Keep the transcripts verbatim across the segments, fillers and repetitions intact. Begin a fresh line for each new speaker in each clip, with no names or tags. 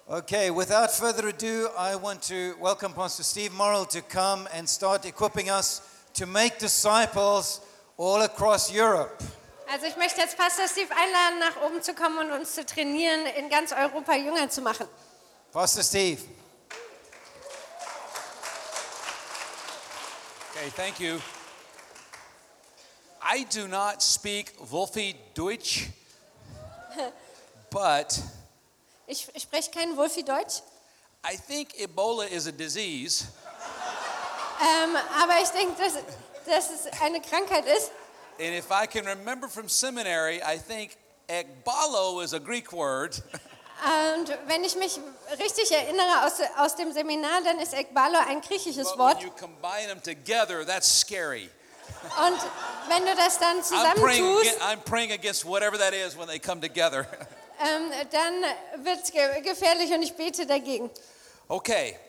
Okay, without further ado, I want to welcome Pastor Steve Morrill to come and start equipping us to make disciples all across Europe.
Also ich möchte jetzt Pastor Steve einladen, nach oben zu kommen und uns zu trainieren, in ganz Europa Jünger zu machen.
Pastor Steve.
Okay, thank you. I do not speak Wolfi Deutsch, but
Ich, ich spreche kein Wolfi-Deutsch,
I think Ebola is a disease,
ähm, aber ich denke, dass, dass es eine Krankheit ist.
and if I can remember from seminary, I think ekbalo is a Greek word,
Und wenn ich mich richtig erinnere aus, aus dem Seminar, dann ist Ekbalo ein griechisches
but
Wort.
when you combine them together, that's scary.
Und wenn du das dann
I'm praying,
zusammentust,
aga- I'm praying against whatever that is when they come together.
ähm, dann wird es ge gefährlich und ich bete dagegen.
Okay.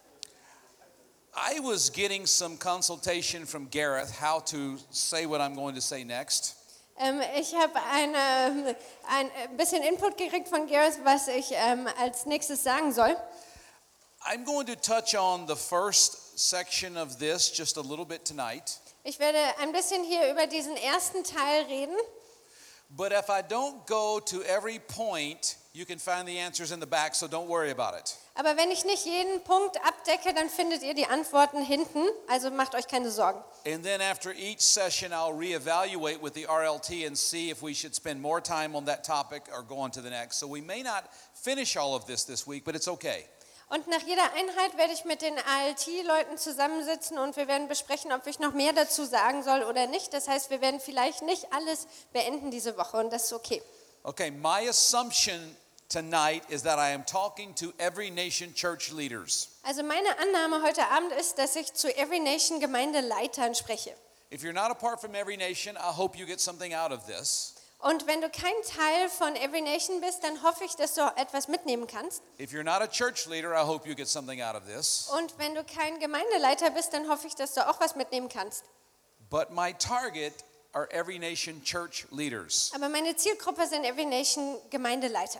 I was getting some consultation from Gareth how to say what I'm going to say next.
Ähm, ich habe eine, ein bisschen Input gekriegt von Gareth, was ich ähm, als nächstes sagen soll.
I'm going to touch on the first section of this just a little bit tonight.
Ich werde ein bisschen hier über diesen ersten Teil reden.
But if I don't go to every point, you can find the answers in the back, so don't worry about it.
Aber wenn ich nicht jeden Punkt abdecke, dann findet ihr die Antworten hinten. Also macht euch keine Sorgen.
And then after each session, I'll reevaluate with the R L T and see if we should spend more time on that topic or go on to the next. So we may not finish all of this this week, but it's okay.
Und nach jeder Einheit werde ich mit den A L T-Leuten zusammensitzen und wir werden besprechen, ob ich noch mehr dazu sagen soll oder nicht. Das heißt, wir werden vielleicht nicht alles beenden diese Woche und das ist okay.
Okay, my assumption tonight is that I am talking to Every Nation church leaders.
Also meine Annahme heute Abend ist, dass ich zu Every Nation Gemeindeleitern spreche.
If you're not a part from Every Nation, I hope you get something out of this.
Und wenn du kein Teil von Every Nation bist, dann hoffe ich, dass du etwas mitnehmen kannst.
If you're not a church leader, I hope you get something out of this.
Und wenn du kein Gemeindeleiter bist, dann hoffe ich, dass du auch was mitnehmen kannst.
But my target are Every Nation church leaders.
Aber meine Zielgruppe sind Every Nation Gemeindeleiter.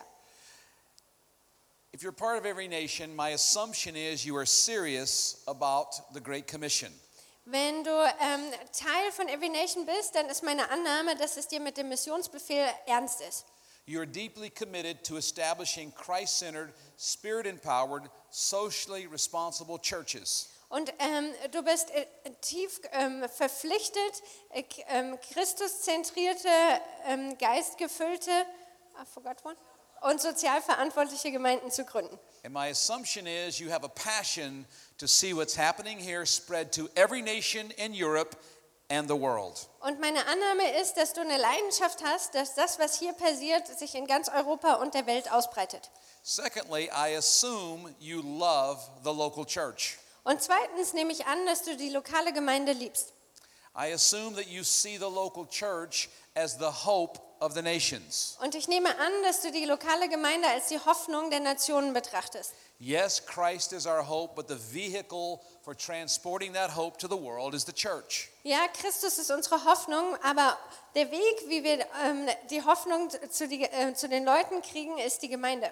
If you're part of Every Nation, my assumption is you are serious about the Great Commission.
Wenn du ähm, Teil von Every Nation bist, dann ist meine Annahme, dass es dir mit dem Missionsbefehl ernst ist.
You are deeply committed to establishing Christ-centered, spirit-empowered, socially responsible churches.
Und ähm, du bist äh, tief ähm, verpflichtet, äh, k- ähm, Christuszentrierte, ähm, geistgefüllte, I forgot one, und sozial verantwortliche Gemeinden zu gründen.
And my assumption is you have a passion to see what's happening here spread to every nation in Europe and the world.
Und meine Annahme ist, dass du eine Leidenschaft hast, dass das, was hier passiert, sich in ganz Europa und der Welt ausbreitet.
Secondly, I assume you love the local church.
Und zweitens nehme ich an, dass du die lokale Gemeinde liebst.
I assume that you see the local church as the hope of the nations.
Und ich nehme an, dass du die lokale Gemeinde als die Hoffnung der Nationen betrachtest.
Yes, Christ is our hope, but the vehicle for transporting that hope to the world is the church.
Ja, Christus ist unsere Hoffnung, aber der Weg, wie wir ähm, die Hoffnung zu, die, äh, zu den Leuten kriegen, ist die Gemeinde.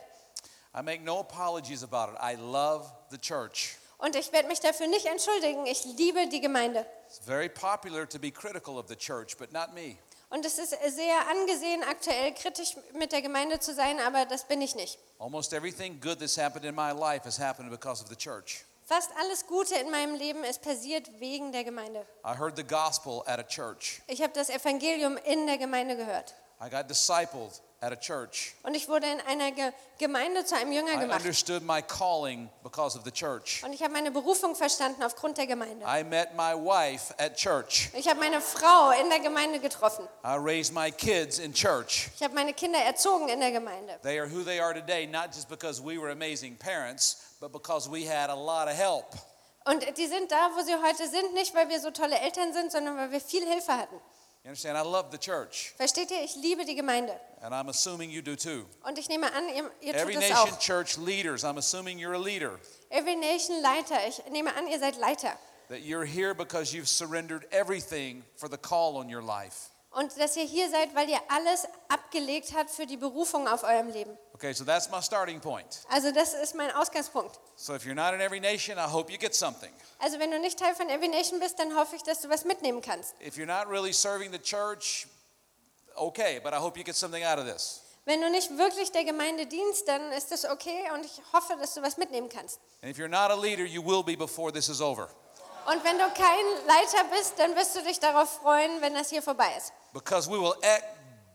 I make no apologies about it. I love the church.
Und ich werde mich dafür nicht entschuldigen. Ich liebe die Gemeinde.
It's very popular to be critical of the church, but not me.
Und es ist sehr angesehen, aktuell kritisch mit der Gemeinde zu sein, aber das bin ich nicht.
Almost everything good that's happened in my life has happened because of the church.
Fast alles Gute in meinem Leben ist passiert wegen der Gemeinde.
I heard the gospel at a church.
Ich habe das Evangelium in der Gemeinde gehört.
I got discipled at a church.
Und ich wurde in einer Ge- Gemeinde zu einem Jünger
I
gemacht.
understood my calling because of the church.
Und ich habe meine Berufung verstanden aufgrund der Gemeinde.
I met my wife at church.
Ich habe meine Frau in der Gemeinde getroffen.
I raised my kids in church.
Ich habe meine Kinder erzogen in der Gemeinde.
They are who they are today, not just because we were amazing parents, but because we had a lot of help.
Und die sind da, wo sie heute sind, nicht weil wir so tolle Eltern sind, sondern weil wir viel Hilfe hatten.
You understand? I love the church,
Versteht ihr? Ich liebe die Gemeinde.
and I'm assuming you do too.
Und ich nehme an, ihr, ihr
Every
tut es
Nation
auch.
church leaders, I'm assuming you're a leader.
Every Nation Leiter. Ich nehme an, ihr seid Leiter.
That you're here because you've surrendered everything for the call on your life.
Und dass ihr hier seid, weil ihr alles abgelegt habt für die Berufung auf eurem Leben.
Okay, so that's my starting point.
Also das ist mein Ausgangspunkt.
So if you're not in Every Nation, I hope you get something.
Also wenn du nicht Teil von Every Nation bist, dann hoffe ich, dass du was mitnehmen kannst.
If you're not really serving the church, okay, but I hope you get something out of this.
Wenn du nicht wirklich der Gemeinde dienst, dann ist das okay und ich hoffe, dass du was mitnehmen kannst.
And if you're not a leader, you will be before this is over.
Und wenn du kein Leiter bist, dann wirst du dich darauf freuen, wenn das hier vorbei ist.
Because we will ek,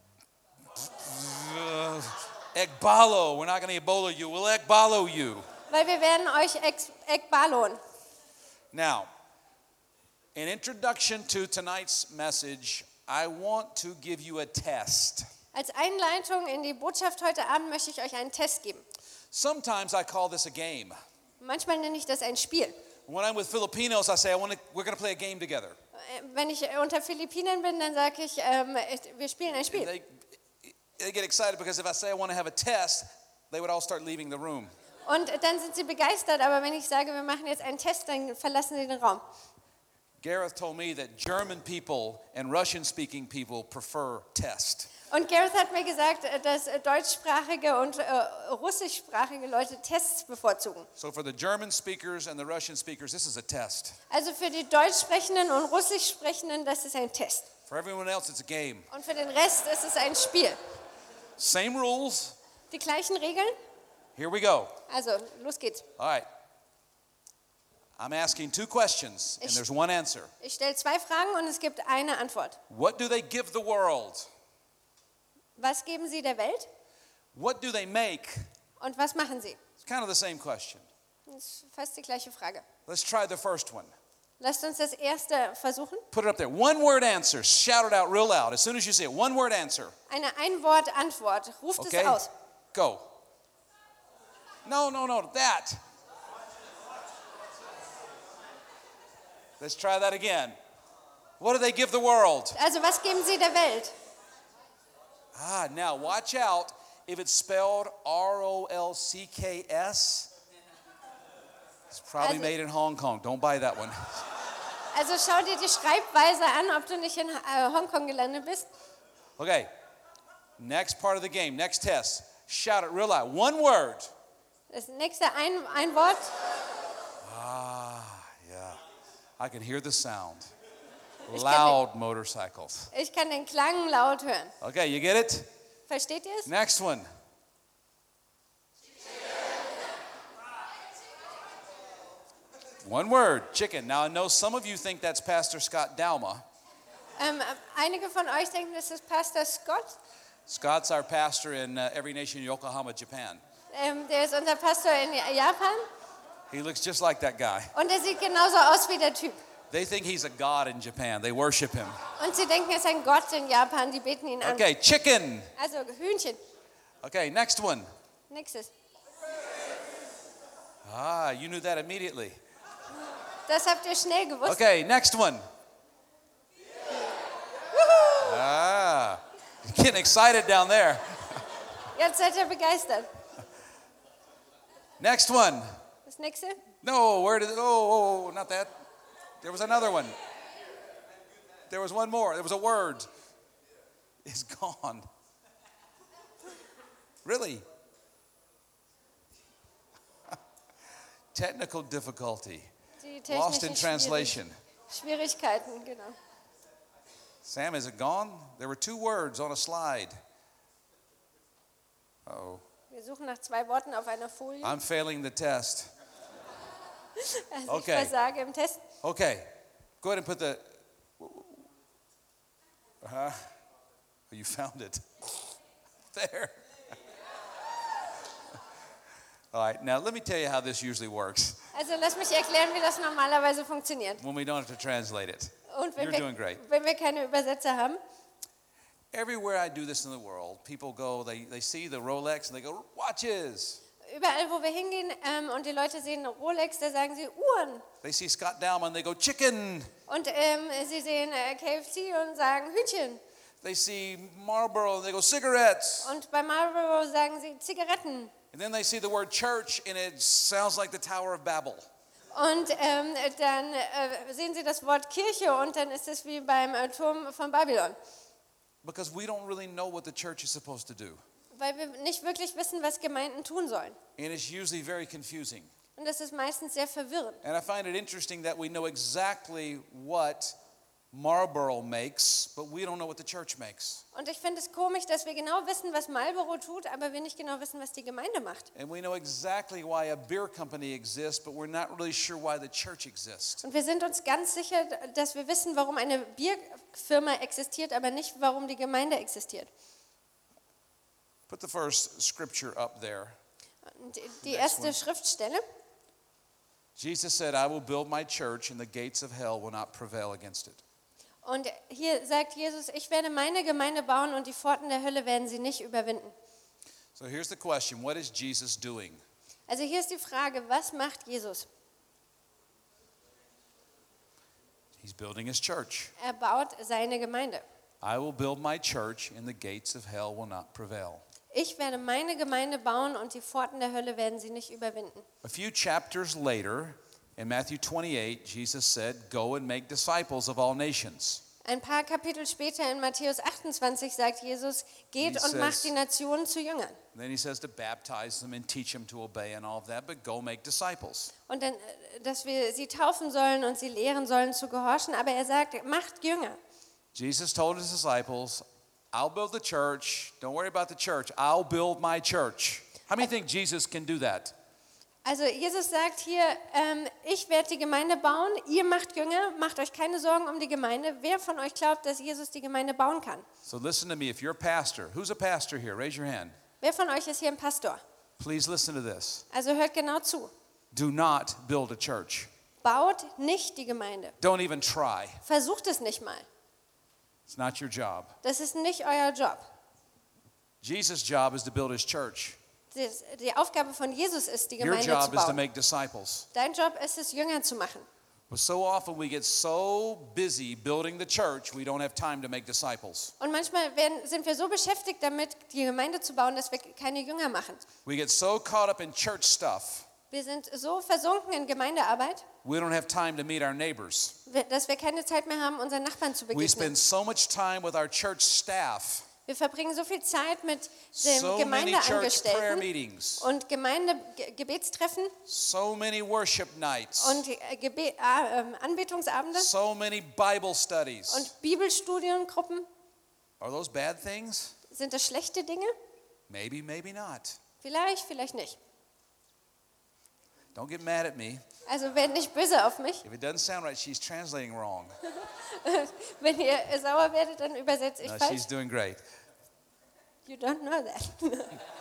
uh, ekbalo, we're not going to Ebola you, we'll ekbalo you.
Weil wir werden euch ex- ekbalon.
Now, in introduction to tonight's message, I want to give you a test.
Als Einleitung in die Botschaft heute Abend möchte ich euch einen Test geben.
Sometimes I call this a game.
Manchmal nenne ich das ein Spiel.
When I'm with Filipinos, I say, I want to, we're going to play a game together.
Äh, Wenn ich unter Philippinen bin, dann sage ich, ähm, ich- wir spielen ein
And
Spiel.
they, they get excited because if I say I want to have a test, they would all start leaving the room.
Und dann sind sie begeistert, aber wenn ich sage, wir machen jetzt einen Test, dann verlassen sie den Raum.
Gareth told me that German people and Russian-speaking people prefer test.
Und Gareth hat mir gesagt, äh, dass äh, deutschsprachige und äh, russischsprachige Leute Tests bevorzugen.
So for the German speakers and the Russian speakers, this is a test.
Also für die Deutschsprechenden und Russischsprechenden, das ist ein Test.
For everyone else, it's a game.
Und für den Rest ist es ein Spiel.
Same rules.
Die gleichen Regeln?
Here we go.
Also, los geht's.
All right. I'm asking two questions, and
Ich-
there's one answer.
Ich stelle zwei Fragen und es gibt eine Antwort.
What do they give the world?
Was geben Sie der Welt
What do they make?
und was machen Sie?
It's kind of the same question.
Das ist fast die gleiche Frage.
Let's try the first one.
Lasst uns das erste versuchen.
Put it up there. One word answer. Shout it out real loud as soon as you see it. One word answer.
Eine Ein-Wort-Antwort. Ruft
Okay?
es aus.
Go. No, no, no. That. Let's try that again. What do they give the world?
Also, was geben Sie der Welt?
Ah, now watch out if it's spelled R O L C K S. It's probably
Also-
made in Hong Kong. Don't buy that one.
Also, schau dir die Schreibweise an, ob du nicht in äh, Hongkong gelandet bist.
Okay. Next part of the game. Next test. Shout it real loud. One word.
Das nächste ein, ein Wort.
Ah, yeah. I can hear the sound.
Ich
Loud motorcycles.
Ich kann den Klang laut hören.
Okay, you get it?
Versteht ihr es?
Next one. One word, chicken. Now I know some of you think that's Pastor Scott Dauma.
Ähm, einige von euch denken, das ist Pastor Scott.
Scott's our pastor in uh, Every Nation, Yokohama, Japan.
Ähm, der ist unser Pastor in Japan
He looks just like that guy.
und er sieht genauso aus wie der Typ.
They think he's a god in Japan. They worship him.
Und sie denken, er ist ein Gott in Japan, die beten ihn an.
Okay, chicken.
Also Hühnchen.
Okay, next one.
Nächstes.
Ah, you knew that immediately.
Das habt ihr schnell gewusst.
Okay, next one. Ah, you're getting excited down there.
Jetzt seid ihr begeistert.
Next one.
Das nächste.
No, where did it? Oh, oh, not that. There was another one. There was one more. There was a word. It's gone. Really? Technical difficulty.
Die
Lost in
technischen
translation.
Schwierig- Schwierigkeiten, genau.
Sam, is it gone? There were two words on a slide. Oh,
Wir suchen nach zwei Worten auf einer Folie.
I'm failing the test.
Also
okay.
ich versage im Test.
Okay, go ahead and put the. Uh-huh. You found it. There. All right, now let me tell you how this usually works
Also lass mich erklären, wie das normalerweise funktioniert.
when we don't have to translate it.
Und wenn,
You're doing
wir,
great.
wenn wir keine Übersetzer haben,
Everywhere I do this in the world, people go, they, they see the Rolex and they go, watches.
überall wo wir hingehen ähm, und die Leute sehen Rolex, da sagen sie Uhren.
They see Scott Dauman and they go, chicken.
Und ähm, sie sehen äh, K F C und sagen Hühnchen.
They see Marlboro and they go, cigarettes.
Und bei Marlboro sagen sie Zigaretten.
And then they see the word church and it sounds like the Tower of Babel.
Und ähm, dann äh, sehen sie das Wort Kirche und dann ist es wie beim äh, Turm von Babylon.
because we don't really know what the church is supposed to do.
Weil wir nicht wirklich wissen, was Gemeinden tun sollen.
And it's usually very confusing.
Und das ist meistens sehr verwirrend.
And I find it interesting that we know exactly what Marlboro makes, but we don't know what the church makes.
Und ich finde es komisch, dass wir genau wissen, was Marlboro tut, aber wir nicht genau wissen, was die Gemeinde macht.
And we know exactly why a beer company exists, but we're not really sure why the church exists.
Und wir sind uns ganz sicher, dass wir wissen, warum eine Bierfirma existiert, aber nicht, warum die Gemeinde existiert.
Put the first scripture up there.
Und die erste Schriftstelle.
Jesus said, I will build my church and the gates of hell will not prevail against it.
Und hier sagt Jesus, ich werde meine Gemeinde bauen und die Pforten der Hölle werden sie nicht überwinden.
So here's the question, what is Jesus doing?
Also hier ist die Frage, was macht Jesus?
He's building his church.
Er baut seine Gemeinde.
I will build my church and the gates of hell will not prevail.
Ich werde meine Gemeinde bauen und die Pforten der Hölle werden sie nicht überwinden.
A few chapters later, in Matthew twenty-eight, Jesus said, go and make disciples of all nations.
Ein paar Kapitel später in Matthäus achtundzwanzig sagt Jesus, geht
He
und macht
says-
die Nationen zu Jüngern.
And then he says to baptize them and teach them to obey and all of that, but go make disciples.
Und dann, äh, dass wir sie taufen sollen und sie lehren sollen zu gehorchen. Aber er sagt, macht Jünger.
Jesus told his disciples, I'll build the church. Don't worry about the church. I'll build my church. How many think Jesus can do that?
Also Jesus sagt hier, ähm, ich werde die Gemeinde bauen, ihr macht Jünger, macht euch keine Sorgen um die Gemeinde. Wer von euch glaubt, dass Jesus die Gemeinde bauen kann?
So listen to me. If you're a pastor, who's a pastor here? Raise your hand.
Wer von euch ist hier ein Pastor?
Please listen to this.
Also hört genau zu.
Do not build a church.
Baut nicht die Gemeinde.
Don't even try.
Versucht es nicht mal.
It's not your job.
Das ist nicht euer Job.
Jesus' job is to build his church.
Das, die Aufgabe von Jesus ist, die
Your
Gemeinde zu
job is to
bauen.
make disciples.
Dein Job ist es, Jünger zu machen.
But so often we get so busy building the church, we don't have time to make disciples.
Und manchmal werden, sind wir so beschäftigt damit, die Gemeinde zu bauen, dass wir keine Jünger machen.
We get so caught up in church stuff,
Wir sind so versunken in Gemeindearbeit,
we don't have time to meet our neighbors.
dass wir keine Zeit mehr haben, unseren Nachbarn zu
We
begegnen.
spend so much time with our church staff,
Wir verbringen so viel Zeit mit den
so many church prayer
Gemeindeangestellten
meetings,
und Gemeindegebetstreffen
so many worship nights,
und äh, Gebe äh, ähm, Anbetungsabende
so many Bible studies.
und Bibelstudiengruppen.
Are those bad things?
Sind das schlechte Dinge?
Maybe, maybe not.
Vielleicht, vielleicht nicht.
Don't get mad at me.
Also werdet nicht böse auf mich.
If it doesn't sound right, she's translating wrong.
Wenn ihr äh, sauer werdet, dann übersetze ich
No,
falsch.
she's doing great.
You don't know that.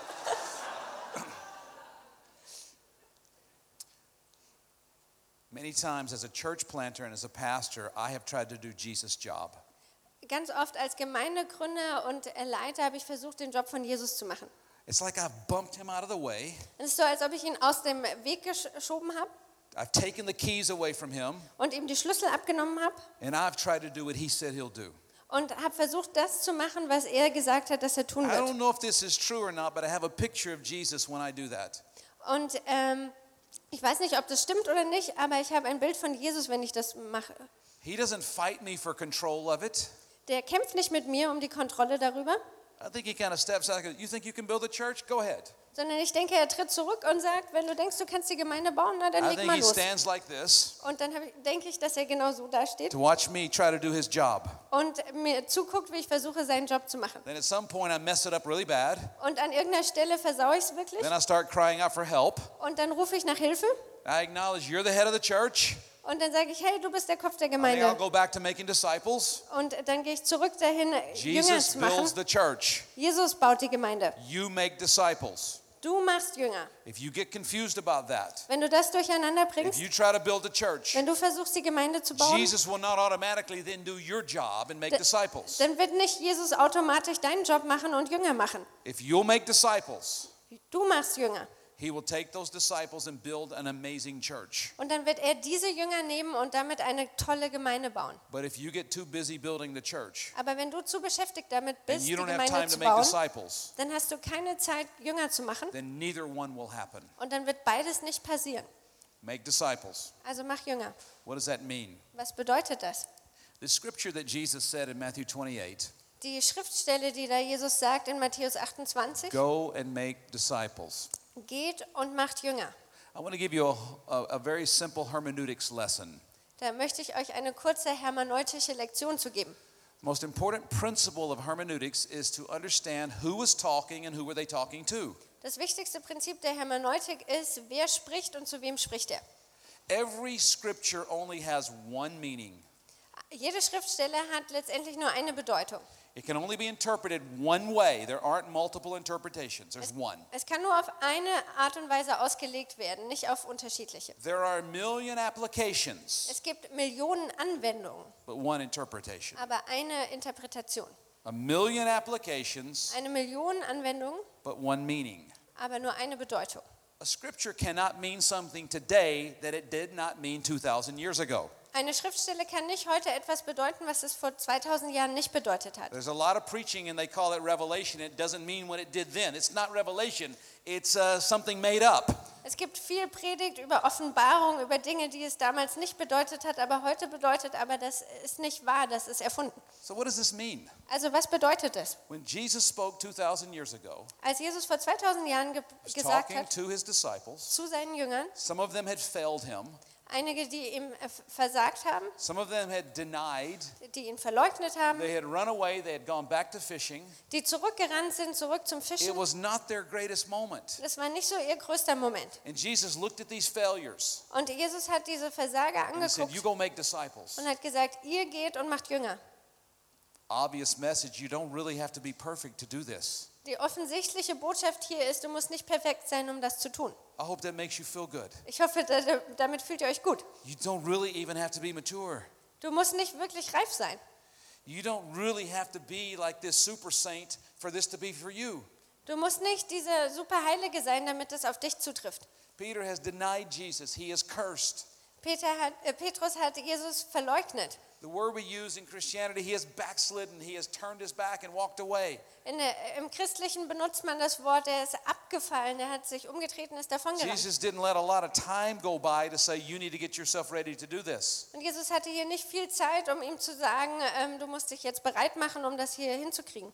Many times as a church planter and as a pastor, I have tried to do Jesus' job.
Ganz oft als Gemeindegründer und äh, Leiter habe ich versucht, den Job von Jesus zu machen.
It's like I've bumped him out of the way.
Es ist so, als ob ich ihn aus dem Weg geschoben habe
I've taken the keys away from him,
und ihm die Schlüssel abgenommen habe
and I've tried to do what he said he'll do.
und habe versucht, das zu machen, was er gesagt hat, dass er tun
I don't
wird.
know if this is true or not, but I have a picture of Jesus when I do that.
Und ähm, ich weiß nicht, ob das stimmt oder nicht, aber ich habe ein Bild von Jesus, wenn ich das mache.
He doesn't fight me for control of it.
Der kämpft nicht mit mir um die Kontrolle darüber,
I think he kind of steps out and goes, you think you can build a church? Go ahead.
sondern ich denke, er tritt zurück und sagt, wenn du denkst, du kannst die Gemeinde bauen, na dann
I
leg
think
mal
he
los.
stands like this
Und dann hab ich, denke ich, dass er genau so dasteht
to watch me try to do his job.
und mir zuguckt, wie ich versuche, seinen Job zu machen.
Then at some point I mess it up really bad.
Und an irgendeiner Stelle versaue ich es wirklich
Then I start crying out for help.
und dann rufe ich nach Hilfe
I acknowledge you're the head of the church.
und dann sage ich, hey, du bist der Kopf der
I think I'll
Gemeinde.
go back to making disciples.
Und dann gehe ich zurück dahin, Jünger
Jesus
zu
builds
machen.
the church.
Jesus baut die Gemeinde.
You make disciples.
Du machst Jünger.
If you get confused about that,
Wenn du das durcheinander
if
bringst,
you try to build a church,
wenn du versuchst, die Gemeinde zu bauen,
Jesus will not automatically then do your job and make
D-
disciples.
dann wird nicht Jesus automatisch deinen Job machen und Jünger machen.
If you'll make disciples,
Du machst Jünger.
he will take those disciples and build an amazing church.
Und dann wird er diese Jünger nehmen und damit eine tolle Gemeinde bauen.
But if you get too busy building the church
Aber wenn du zu beschäftigt damit
and
bist, die
you don't have
Gemeinde
time to
zu
make
bauen,
disciples,
dann hast du keine Zeit, Jünger zu machen.
then neither one will happen.
Und dann wird beides nicht passieren.
Make disciples.
Also mach Jünger.
What does that mean?
Was bedeutet das?
The scripture that Jesus said in Matthew twenty-eight,
Die Schriftstelle, die da Jesus sagt in Matthäus achtundzwanzig,
Go and make disciples.
geht und macht Jünger.
I want to give you a, a, a very simple hermeneutics lesson.
Da möchte ich euch eine kurze hermeneutische Lektion zu geben.
Most important principle of hermeneutics is to understand who was talking and who were they talking to.
Das wichtigste Prinzip der Hermeneutik ist, wer spricht und zu wem spricht er.
Every scripture only has one meaning.
Jede Schriftstelle hat letztendlich nur eine Bedeutung.
It can only be interpreted one way. There aren't multiple interpretations. There's one.
Es kann nur auf eine Art und Weise ausgelegt werden, nicht auf unterschiedliche.
There are a million applications,
Es gibt Millionen Anwendungen,
but one interpretation.
aber eine Interpretation.
A million applications,
Eine Million Anwendungen,
but one meaning.
aber nur eine Bedeutung.
A scripture cannot mean something today that it did not mean two thousand years ago.
Eine Schriftstelle kann nicht heute etwas bedeuten, was es vor zweitausend Jahren nicht bedeutet hat.
There's a lot of preaching and they call it revelation. It doesn't mean what it did then. It's not revelation. It's uh, something made up.
Es gibt viel Predigt über Offenbarung, über Dinge, die es damals nicht bedeutet hat, aber heute bedeutet, aber das ist nicht wahr, das ist erfunden.
So what does this mean?
Also was bedeutet es?
When Jesus spoke two thousand years ago,
Als Jesus vor zweitausend Jahren ge
he was
gesagt
talking
hat
to his disciples.
zu seinen Jüngern,
Some of them had failed him.
einige, die ihm äh, versagt haben,
Some of them had denied.
die ihn verleugnet haben,
They had run away. They had gone back to fishing.
die zurückgerannt sind, zurück zum
It
Fischen.
was not their greatest moment.
Das war nicht so ihr größter Moment.
And Jesus looked at these failures
Und Jesus hat diese Versager
and he said, You
angeguckt
go make disciples.
und hat gesagt, ihr geht und macht Jünger.
Obvious message, you don't really have to be perfect to do this.
Die offensichtliche Botschaft hier ist, du musst nicht perfekt sein, um das zu tun.
I hope that makes you feel good.
Ich hoffe, da- damit fühlt ihr euch gut.
You don't really even have to be mature.
Du musst nicht wirklich reif sein.
You don't really have to be like this super saint for this to be for you.
Du musst nicht diese Superheilige sein, damit es auf dich zutrifft.
Peter has denied Jesus. He is cursed.
Peter hat, äh, Petrus hat Jesus verleugnet.
The word we use in Christianity, he has backslidden. He has turned his back and walked away.
In der, Im Christlichen benutzt man das Wort, er ist abgefallen, er hat sich umgetreten, ist davongerannt.
Jesus didn't let a lot of time go by to say, you need to get yourself ready to do this.
Und Jesus hatte hier nicht viel Zeit, um ihm zu sagen, ähm, du musst dich jetzt bereit machen, um das hier hinzukriegen.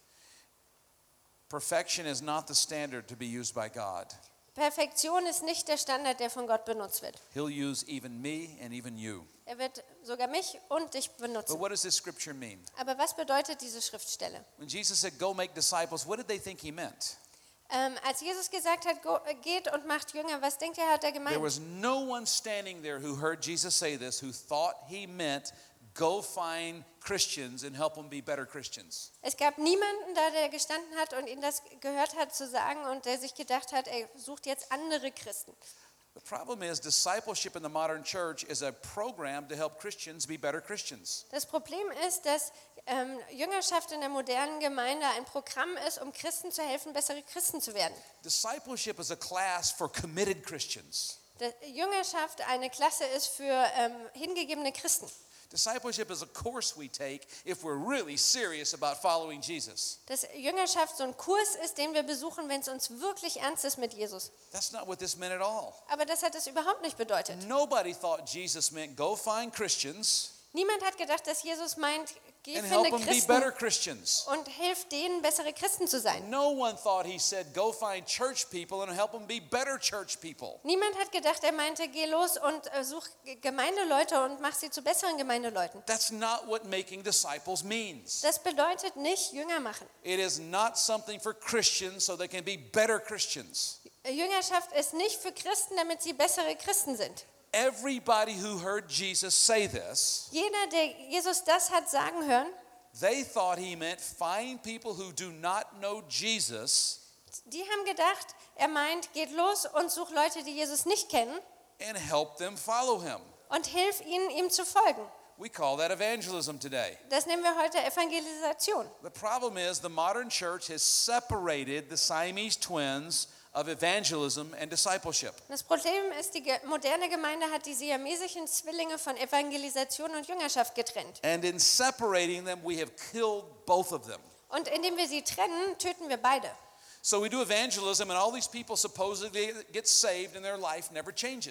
Perfection is not the standard to be used by God.
Perfektion ist nicht der Standard, der von Gott benutzt wird.
He'll use even me and even you.
Er wird sogar mich und dich
But
benutzen.
what does this scripture mean?
Aber was bedeutet diese Schriftstelle?
When Jesus said, go make disciples, what did they think he meant?
Ähm, als Jesus gesagt hat, go, äh, geht und macht Jünger, was denkt ihr, hat er
There
gemeint?
was no one standing there who heard Jesus say this who thought he meant, go find Christians and help them be better Christians.
Es gab niemanden da, der gestanden hat und ihn das gehört hat zu sagen und der sich gedacht hat, er sucht jetzt andere Christen.
The problem is discipleship in the modern church is a program to help Christians be better Christians.
Das Problem ist, dass ähm, Jüngerschaft in der modernen Gemeinde ein Programm ist, um Christen zu helfen, bessere Christen zu werden.
Discipleship is a class for committed Christians.
Dass Jüngerschaft eine Klasse ist für ähm, hingegebene Christen.
Discipleship is a course we take if we're really serious about following Jesus.
Dass Jüngerschaft so ein Kurs ist, den wir besuchen, wenn es uns wirklich ernst ist mit Jesus.
That's not what this meant at all.
Aber das hat es überhaupt nicht bedeutet.
Nobody thought Jesus meant go find Christians
Niemand hat gedacht, dass Jesus meint, geh,
and help
finde
them be better
Christen
Christians.
und hilf denen, bessere Christen zu sein.
No one thought he said go find church people and help them be better church people.
Niemand hat gedacht, er meinte, geh los und äh, such Gemeindeleute und mach sie zu besseren Gemeindeleuten.
That's not what making disciples means.
Das bedeutet nicht Jünger machen.
It is not something for Christians so they can be better Christians.
Jüngerschaft ist nicht für Christen, damit sie bessere Christen sind.
Everybody who heard Jesus say this,
Jeder, der Jesus das hat sagen hören,
they thought he meant find people who do not know Jesus
die haben gedacht, er meint, geht los und such Leute, die Jesus nicht kennen
and help them follow him.
und hilf ihnen, ihm zu folgen.
We call that evangelism today.
Das nennen wir heute Evangelisation.
The problem is the modern church has separated the Siamese twins of evangelism and discipleship.
Das Problem ist, die ge- moderne Gemeinde hat die siamesischen Zwillinge von Evangelisation und Jüngerschaft getrennt.
And in separating them, we have killed both of them.
Und indem wir sie trennen, töten wir beide.
So we do evangelism, and all these people supposedly get saved, and their life never changes.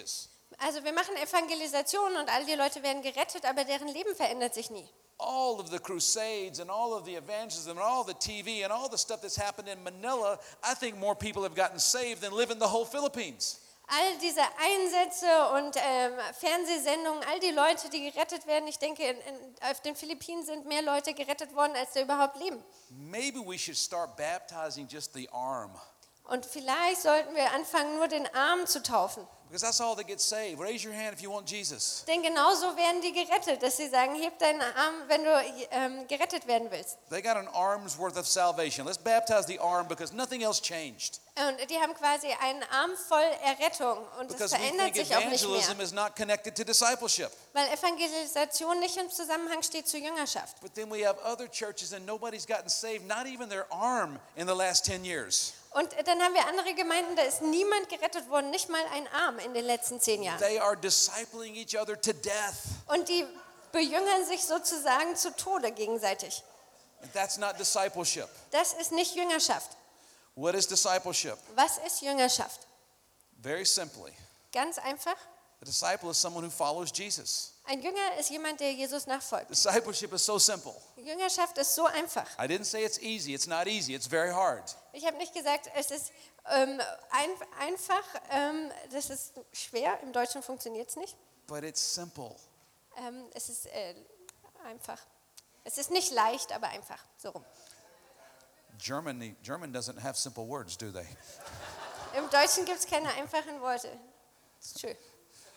Also wir machen Evangelisation und all die Leute werden gerettet, aber deren Leben verändert sich nie.
All of the crusades and all of the evangelism and all the T V and all the stuff that's happened in Manila, I think more people have gotten saved than live in the whole Philippines.
All diese Einsätze und ähm, Fernsehsendungen, all die Leute, die gerettet werden, ich denke, in, in, auf den Philippinen sind mehr Leute gerettet worden, als da überhaupt leben.
Maybe we should start baptizing just the arm.
Und vielleicht sollten wir anfangen, nur den Arm zu taufen.
Because that's all that gets saved. Raise your hand if you want Jesus.
Denn genauso werden die gerettet, dass sie sagen, heb deinen Arm, wenn du ähm, gerettet werden willst.
They got an arm's worth of salvation. Let's baptize the arm because nothing else changed.
Und die haben quasi einen Arm voll Errettung und es
Because we
verändert
think
sich auch nicht
evangelism
mehr.
is not connected to discipleship.
Weil Evangelisation nicht im Zusammenhang steht zur Jüngerschaft.
But then we have other churches and nobody's gotten saved, not even their arm in the last ten years.
Und dann haben wir andere Gemeinden, da ist niemand gerettet worden, nicht mal ein Arm in den letzten zehn Jahren.
They are discipling each other to death.
Und die bejüngern sich sozusagen zu Tode gegenseitig.
And that's not discipleship.
Das ist nicht Jüngerschaft.
What is discipleship?
Was ist Jüngerschaft?
Very simply,
Ganz einfach.
a disciple is someone who follows Jesus.
Ein Jünger ist jemand, der Jesus nachfolgt.
Discipleship is so simple.
Jüngerschaft ist so einfach.
I didn't say it's easy. It's not easy. It's very hard.
Ich habe nicht gesagt, es ist ähm, ein, einfach, ähm, das ist schwer, im Deutschen funktioniert es nicht.
But it's simple.
Ähm, es ist äh, einfach. Es ist nicht leicht, aber einfach, so rum.
Germany, German doesn't have simple words, do they?
Im Deutschen gibt es keine einfachen Worte. Das ist schön.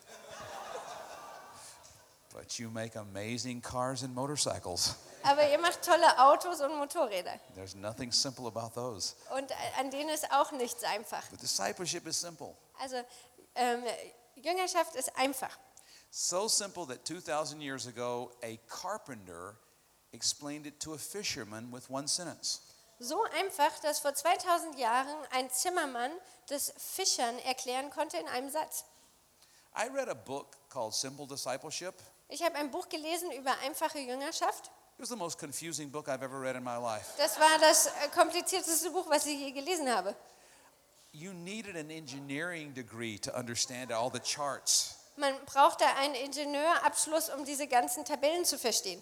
But you make amazing cars and motorcycles.
Aber ihr macht tolle Autos und Motorräder.
There's nothing simple about those.
Und an denen ist auch nichts einfach.
But discipleship is simple.
Also ähm, Jüngerschaft ist einfach.
So simple that two thousand years ago, a carpenter explained it to a fisherman with one sentence.
So einfach, dass vor zweitausend Jahren ein Zimmermann das Fischern erklären konnte in einem Satz.
I read a book called Simple Discipleship.
Ich habe ein Buch gelesen über einfache Jüngerschaft.
It was the most confusing book I've ever read in my life.
Das war das äh, komplizierteste Buch, was ich je gelesen habe.
You needed an engineering degree to understand all the charts.
Man brauchte einen Ingenieurabschluss, um diese ganzen Tabellen zu verstehen.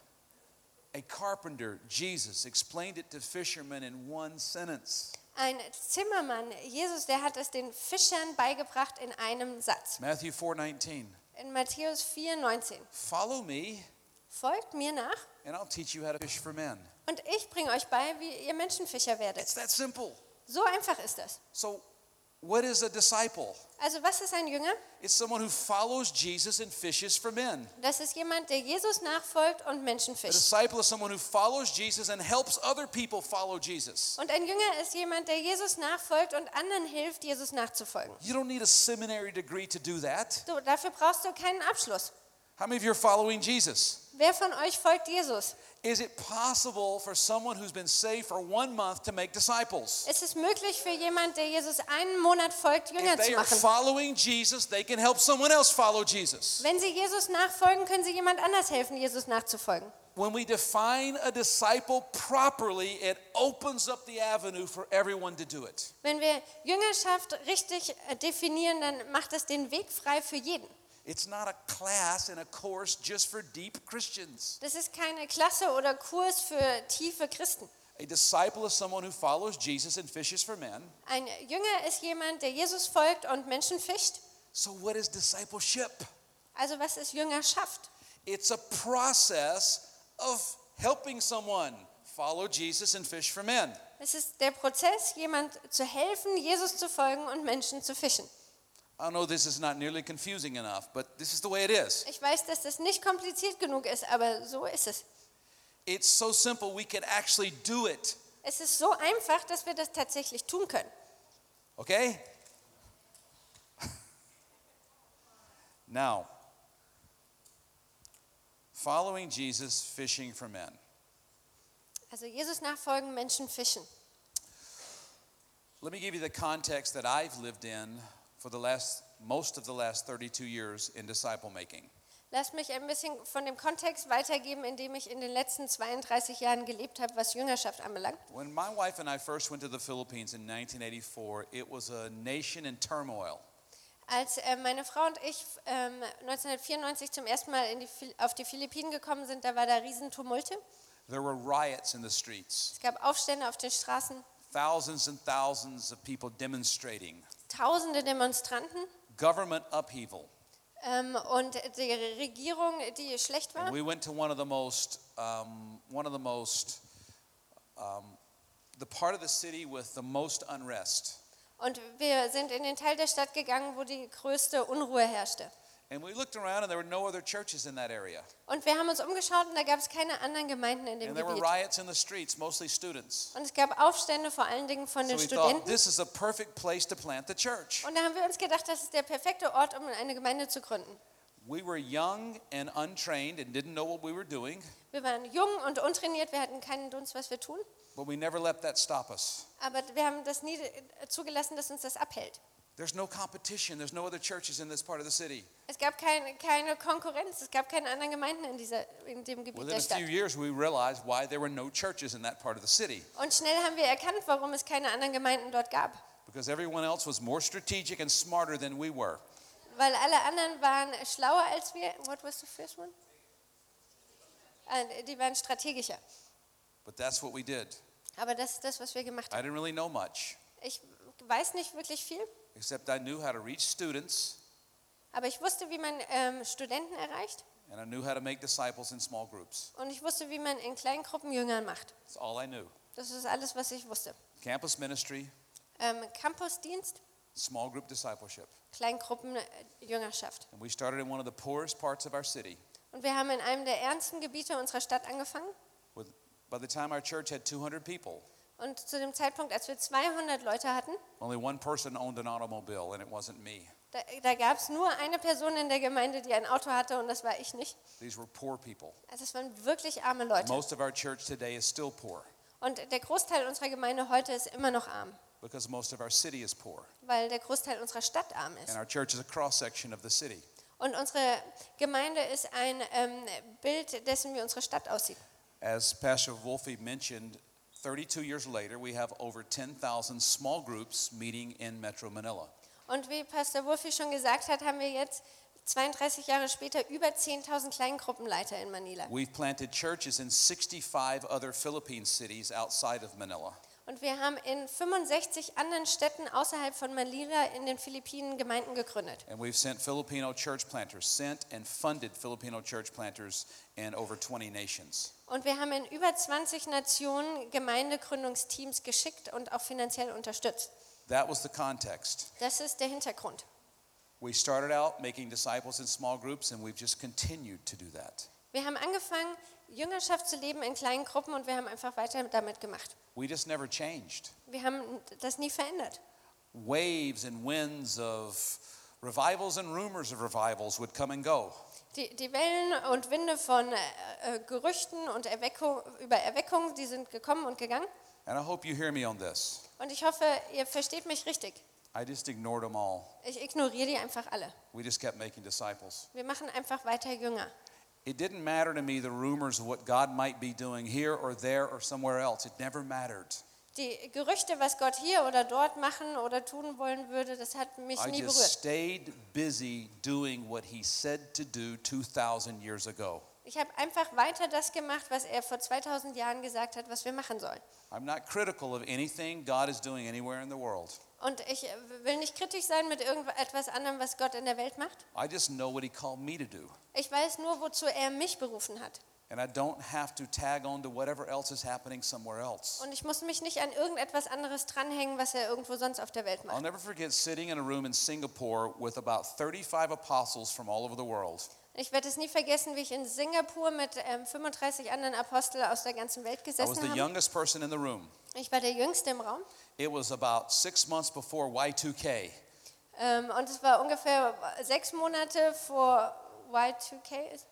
A carpenter, Jesus, explained it to fishermen in one sentence.
Ein Zimmermann, Jesus, der hat es den Fischern beigebracht in einem Satz.
Matthew four nineteen.
In Matthäus vier neunzehn.
Follow me,
Folgt mir nach
and I'll teach you how to fish for men.
und ich bringe euch bei, wie ihr Menschenfischer
It's
werdet.
that simple.
So einfach ist das.
So, what is a disciple?
Also was ist ein Jünger?
It's someone who follows Jesus and fishes for men.
Das ist jemand, der Jesus nachfolgt und Menschen
A
fischt.
disciple is someone who follows Jesus and helps other people follow Jesus.
Und ein Jünger ist jemand, der Jesus nachfolgt und anderen hilft, Jesus nachzufolgen.
You don't need a seminary degree to do that.
So, dafür brauchst du keinen Abschluss.
How many of you are following Jesus?
Wer von euch folgt Jesus?
Is it possible for someone who's been saved for one month to make disciples?
Ist es möglich für jemand, der Jesus einen Monat folgt, Jünger
If
zu
they are
machen?
following Jesus, they can help someone else follow Jesus.
Wenn sie Jesus nachfolgen, können sie jemand anders helfen, Jesus nachzufolgen.
When we define a disciple properly, it opens up the avenue for everyone to do it.
Wenn wir Jüngerschaft richtig äh, definieren, dann macht es den Weg frei für jeden.
It's not a class and a course just for deep Christians.
Das ist keine Klasse oder Kurs für tiefe Christen.
A disciple is someone who follows Jesus and fishes for men.
Ein Jünger ist jemand, der Jesus folgt und Menschen fischt.
So what is discipleship?
Also was ist Jüngerschaft?
It's a process of helping someone follow Jesus and fish for men.
Es ist der Prozess, jemand zu helfen, Jesus zu folgen und Menschen zu fischen.
I know this is not nearly confusing enough, but this is the way it is.
Ich weiß, dass das nicht kompliziert genug ist, aber so ist es.
It's so simple we can actually do it.
Es ist so einfach, dass wir das tatsächlich tun können.
Okay? Now, following Jesus, fishing for men.
Also Jesus nachfolgen, Menschen fischen.
Let me give you the context that I've lived in for the last most of the last thirty-two years in disciple making.
Lasst mich ein bisschen von dem Kontext weitergeben, in dem ich in den letzten zweiunddreißig Jahren gelebt habe, was Jüngerschaft anbelangt.
When my wife and I first went to the Philippines in nineteen eighty-four, it was a nation in turmoil.
Als äh, meine Frau und ich ähm, neunzehnhundertvierundneunzig zum ersten Mal in die, Phil- auf die Philippinen gekommen sind, da war da Riesentumulte.
There were riots in the streets,
Es gab Aufstände auf den Straßen,
thousands and thousands of people demonstrating,
tausende Demonstranten
government upheaval.
ähm, und die Regierung, die schlecht war.
And we went to one of the most, um, one of the most, um, the part of the city with the most unrest.
Und wir sind in den Teil der Stadt gegangen, wo die größte Unruhe herrschte.
And we looked around and there were no other churches in that area.
Und wir haben uns umgeschaut und da gab es keine anderen Gemeinden in dem
And there were
Gebiet.
riots in the streets, mostly students.
Und es gab Aufstände, vor allen Dingen von
So
den
we thought,
Studenten.
this is a perfect place to plant the church.
Und da haben wir uns gedacht, das ist der perfekte Ort, um eine Gemeinde zu gründen.
We were young and untrained and didn't know what we were doing,
Wir waren jung und untrainiert, wir hatten keinen Dunst, was wir tun.
but we never let that stop us.
Aber wir haben das nie äh, zugelassen, dass uns das abhält.
There's no competition. There's no other churches in this part of the city.
Es gab keine, keine Konkurrenz, es gab keine anderen Gemeinden in, dieser, in dem Gebiet
Within
der
a
Stadt.
few years, we realized why there were no churches in that part of the city.
Und schnell haben wir erkannt, warum es keine anderen Gemeinden dort gab.
Because everyone else was more strategic and smarter than we were.
Weil alle anderen waren schlauer als wir. What was the first one? Äh, Die waren strategischer.
But that's what we did.
Aber das ist das, was wir gemacht
I
haben.
didn't really know much,
Ich weiß nicht wirklich viel,
except I knew how to reach students
aber ich wusste, wie man ähm, Studenten erreicht
and I knew how to make disciples in small groups.
und ich wusste, wie man in kleinen Gruppen Jüngern macht.
That's all I knew.
Das ist alles, was ich wusste.
Campus ministry,
Ähm, Campusdienst,
small group discipleship.
Kleingruppen, äh, Jüngerschaft.
And we started in one of the poorest parts of our city.
Und wir haben in einem der ärmsten Gebiete unserer Stadt angefangen.
With, by the time our church had two hundred people,
Und zu dem Zeitpunkt, als wir zweihundert Leute hatten,
only one person owned an automobile, and it wasn't me.
da, da gab es nur eine Person in der Gemeinde, die ein Auto hatte und das war ich nicht.
These were poor people.
Also es waren wirklich arme Leute.
Most of our church today is still poor
Und der Großteil unserer Gemeinde heute ist immer noch arm,
because most of our city is poor.
weil der Großteil unserer Stadt arm ist.
And our church is a cross section of the city.
Und unsere Gemeinde ist ein ähm, Bild dessen, wie unsere Stadt aussieht.
As Pastor Wolfe mentioned, thirty-two years later, we have over ten thousand small groups meeting in Metro Manila.
Und wie Pastor Wurfi schon gesagt hat, haben wir jetzt zweiunddreißig Jahre später über zehntausend Kleingruppenleiter in Manila.
We've planted churches in sixty-five other Philippine cities outside of Manila.
Und wir haben in fünfundsechzig anderen Städten außerhalb von Manila in den Philippinen Gemeinden gegründet.
And we've sent Filipino church planters, sent and funded Filipino church planters in over twenty nations.
Und wir haben in über zwanzig Nationen Gemeindegründungsteams geschickt und auch finanziell unterstützt.
That was the context.
Das ist der Hintergrund.
We started out making disciples in small groups, and we've just continued to do that.
Wir haben angefangen, Jüngerschaft zu leben in kleinen Gruppen und wir haben einfach weiter damit gemacht.
We just never changed.
Wir haben das nie verändert.
Waves and winds of revivals and rumors of revivals would come and go.
Die, die Wellen und Winde von äh, äh, Gerüchten und Erweckung, über Erweckung, die sind gekommen und gegangen.
And I hope you hear me on this.
Und ich hoffe, ihr versteht mich richtig.
I just ignored them all.
Ich ignoriere die einfach alle.
We just kept making disciples.
Wir machen einfach weiter Jünger.
It didn't matter to me the rumors of what God might be doing here or there or somewhere else. It never mattered.
Die Gerüchte, was Gott hier oder dort machen oder tun wollen würde, das hat mich
I
nie
just
berührt.
stayed busy doing what he said to do two thousand years ago.
Ich habe einfach weiter das gemacht, was er vor zweitausend Jahren gesagt hat, was wir machen sollen.
I'm not critical of anything God is doing anywhere in the world.
Und ich will nicht kritisch sein mit irgendetwas anderem, was Gott in der Welt macht.
I just know what he called me to do.
Ich weiß nur, wozu er mich berufen hat.
And I don't have to tag on to whatever else is happening somewhere else.
Und ich muss mich nicht an irgendetwas anderes dranhängen, was er irgendwo sonst auf der Welt
I'll
macht.
never forget sitting in a room in Singapore with about thirty-five apostles from all over the world.
Ich werde es nie vergessen, wie ich in Singapur mit ähm, fünfunddreißig anderen Aposteln aus der ganzen Welt
I was
gesessen
the
habe.
youngest person in the room.
Ich war der Jüngste im Raum.
It was about six months before Y two K.
Ähm, und es war ungefähr sechs Monate vor Y two K. ist-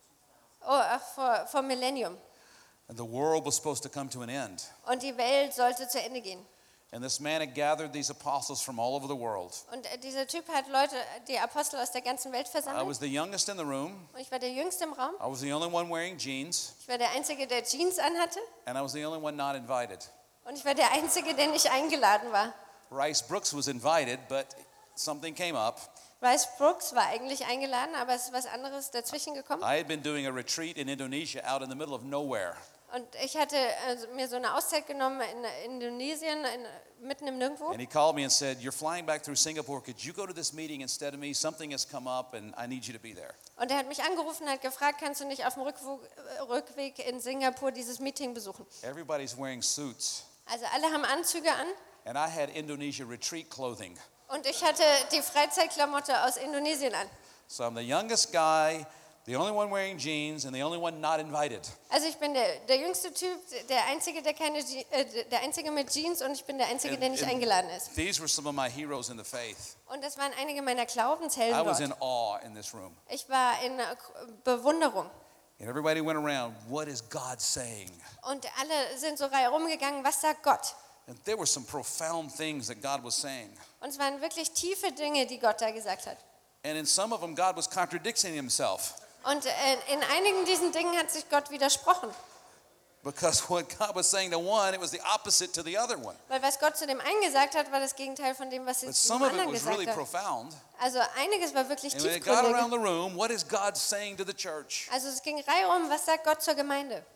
Oh, ach, vor, vor Millennium.
And the world was supposed to come to an end.
Und die Welt sollte zu Ende gehen.
And this man had gathered these apostles from all over the world.
Und äh, dieser Typ hat Leute, die Apostel aus der ganzen Welt
I
versammelt.
was the youngest in the room.
Und ich war der Jüngste im Raum.
I was the only one wearing jeans.
Ich war der Einzige, der Jeans anhatte.
And I was the only one not invited.
Und ich war der Einzige, der nicht eingeladen war.
Rice Brooks was invited, but something came up.
Rice Brooks war eigentlich eingeladen, aber es ist was anderes dazwischen gekommen.
I had been doing a retreat in Indonesia out in the middle of nowhere.
Und ich hatte also mir so eine Auszeit genommen in Indonesien, in, mitten im Nirgendwo.
And he called me and said, "You're flying back through Singapore. Could you go to this meeting instead of me? Something has come up and I need you to be there."
Und er hat mich angerufen und hat gefragt, kannst du nicht auf dem Rückwo- Rückweg in Singapur dieses Meeting besuchen?
Everybody's wearing suits.
Also alle haben Anzüge an
And I had Indonesia retreat clothing.
und ich hatte die Freizeitklamotte aus Indonesien an.
So I'm the youngest guy, the only one wearing jeans and the only one not invited.
Also ich bin der, der jüngste Typ, der einzige, der keine, Je- äh, der einzige mit Jeans und ich bin der einzige, der nicht
And- and
eingeladen ist.
These were some of my heroes in the faith.
Und das waren einige meiner
I
Glaubenshelden
was
dort.
in awe in this room.
Ich war in äh, Bewunderung.
And everybody went around, what is God saying?
Und alle sind so Reihe rumgegangen, was sagt Gott?
And there were some profound things that God was saying.
Und es waren wirklich tiefe Dinge, die Gott da gesagt hat.
And in some of them, God was contradicting himself.
Und äh, in einigen diesen Dingen hat sich Gott widersprochen.
Because what God was saying to one, it was the opposite to the other one.
Weil was Gott zu dem einen gesagt hat, war das Gegenteil von dem, was er
But
zu dem
some of it
anderen
was
gesagt
really
hat.
profound.
Also einiges war wirklich
And when it got around
tiefgründig.
the room, what is God saying to the church?
Also es ging Reihe um, was sagt Gott zur Gemeinde?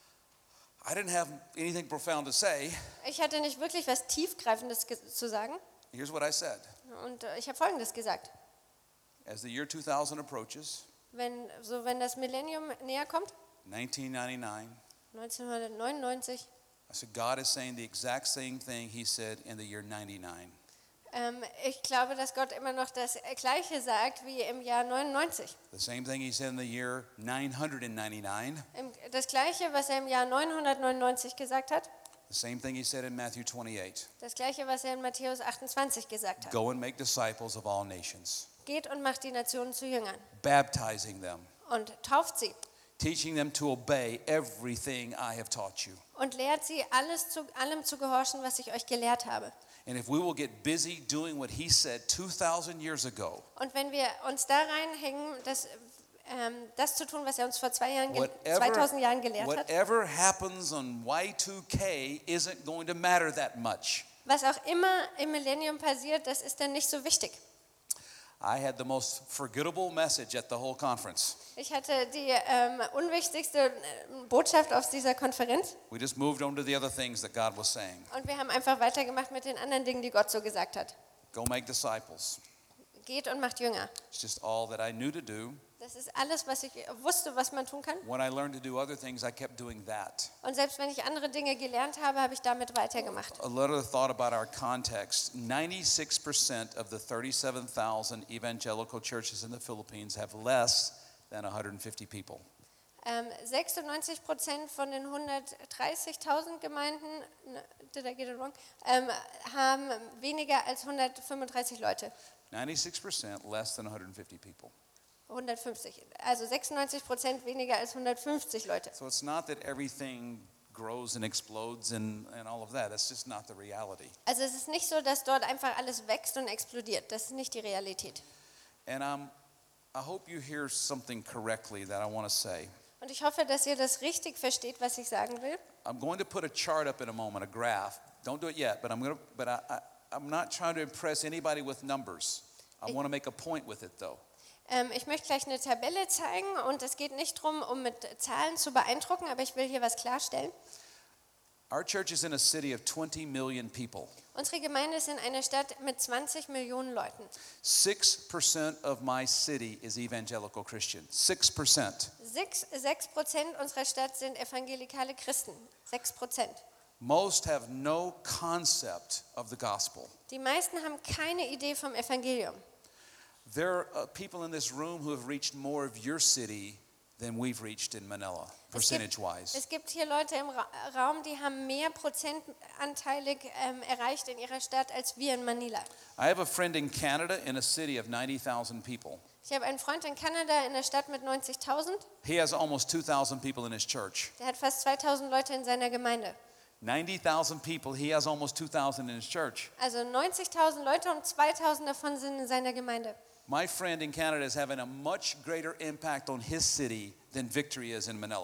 I didn't have anything profound to say.
Ich hatte nicht wirklich was Tiefgreifendes ge- zu sagen.
Here's what I said.
Und äh, ich habe Folgendes gesagt.
As the year two thousand approaches,
Wenn, so wenn das Millennium näher kommt,
nineteen ninety-nine,
neunzehnhundertneunundneunzig,
I said, God is saying the exact same thing he said in the year ninety-nine.
ähm, ich glaube, dass Gott immer noch das Gleiche sagt wie im Jahr neunundneunzig.
The same thing he said in the year nine ninety-nine.
Im, das Gleiche, was er im Jahr neunhundertneunundneunzig gesagt hat.
The same thing he said in Matthew twenty-eight.
Das Gleiche, was er in Matthäus achtundzwanzig gesagt hat.
Go and make disciples of all nations,
Geht und macht die Nationen zu Jüngern
baptizing them,
und tauft sie
teaching them to obey everything I have taught you.
und lehrt sie, alles zu, allem zu gehorchen, was ich euch gelehrt habe.
And if we will get busy doing what he said two thousand years ago,
Und wenn wir uns da reinhängen, das, ähm, das zu tun, was er uns vor zwei Jahren, ge-
whatever,
zweitausend Jahren gelehrt hat,
whatever happens on Y two K isn't going to matter that much.
was auch immer im Millennium passiert, das ist dann nicht so wichtig.
I had the most forgettable message at the whole conference.
Ich hatte die ähm, unwichtigste äh, Botschaft aus dieser Konferenz
We just moved on to the other things that God was saying.
und wir haben einfach weitergemacht mit den anderen Dingen, die Gott so gesagt hat.
Go make disciples.
Geht und macht Jünger.
It's just all that I knew to do.
Das ist alles, was ich wusste, was man tun kann.
When I learned to do other things, I kept doing that.
Und selbst wenn ich andere Dinge gelernt habe, habe ich damit weitergemacht.
A little thought about our context. ninety-six percent of the thirty-seven thousand evangelical churches in the Philippines have less than one hundred fifty people.
Ähm, sechsundneunzig Prozent von den hundertdreißigtausend Gemeinden, ne, did I get it wrong, ähm, haben weniger als hundertfünfunddreißig Leute.
ninety-six percent less than one hundred fifty people.
hundertfünfzig, also sechsundneunzig Prozent weniger als hundertfünfzig Leute.
So it's not that everything grows and explodes and, and all of that. That's just not the reality.
Also es ist nicht so, dass dort einfach alles wächst und explodiert. Das ist nicht die Realität.
And um, I hope you hear something correctly that I want to say.
Und ich hoffe, dass ihr das richtig versteht, was ich sagen will.
I'm going to put a chart up in a moment, a graph. Don't do it yet, but I'm going to. But I, I, I'm not trying to impress anybody with numbers. I want to make a point with it, though.
Ähm, ich möchte gleich eine Tabelle zeigen und es geht nicht darum, um mit Zahlen zu beeindrucken, aber ich will hier was klarstellen.
Our church is in a city of twenty million people.
Unsere Gemeinde ist in einer Stadt mit zwanzig Millionen Leuten.
Six percent of my city is evangelical Christian. Six percent.
Sechs, sechs Prozent unserer Stadt sind evangelikale Christen. Sechs Prozent.
Most have no concept of the gospel.
Die meisten haben keine Idee vom Evangelium.
There are uh, people in this room who have reached more of your city than we've reached in Manila,
Es gibt,
percentage-wise.
es gibt hier Leute im Ra Raum, die haben mehr prozentanteilig ähm, erreicht in ihrer Stadt als wir in Manila.
I have a friend in Canada in a city of ninety thousand people.
Ich habe einen Freund in Kanada in einer Stadt mit neunzigtausend.
He has almost two thousand people in his church.
Der hat fast zweitausend Leute in seiner Gemeinde.
ninety thousand people, he has almost two thousand in his church.
Also neunzigtausend Leute und zweitausend davon sind in seiner Gemeinde.
My friend in Canada is having a much greater impact on his city than Victory is in Manila.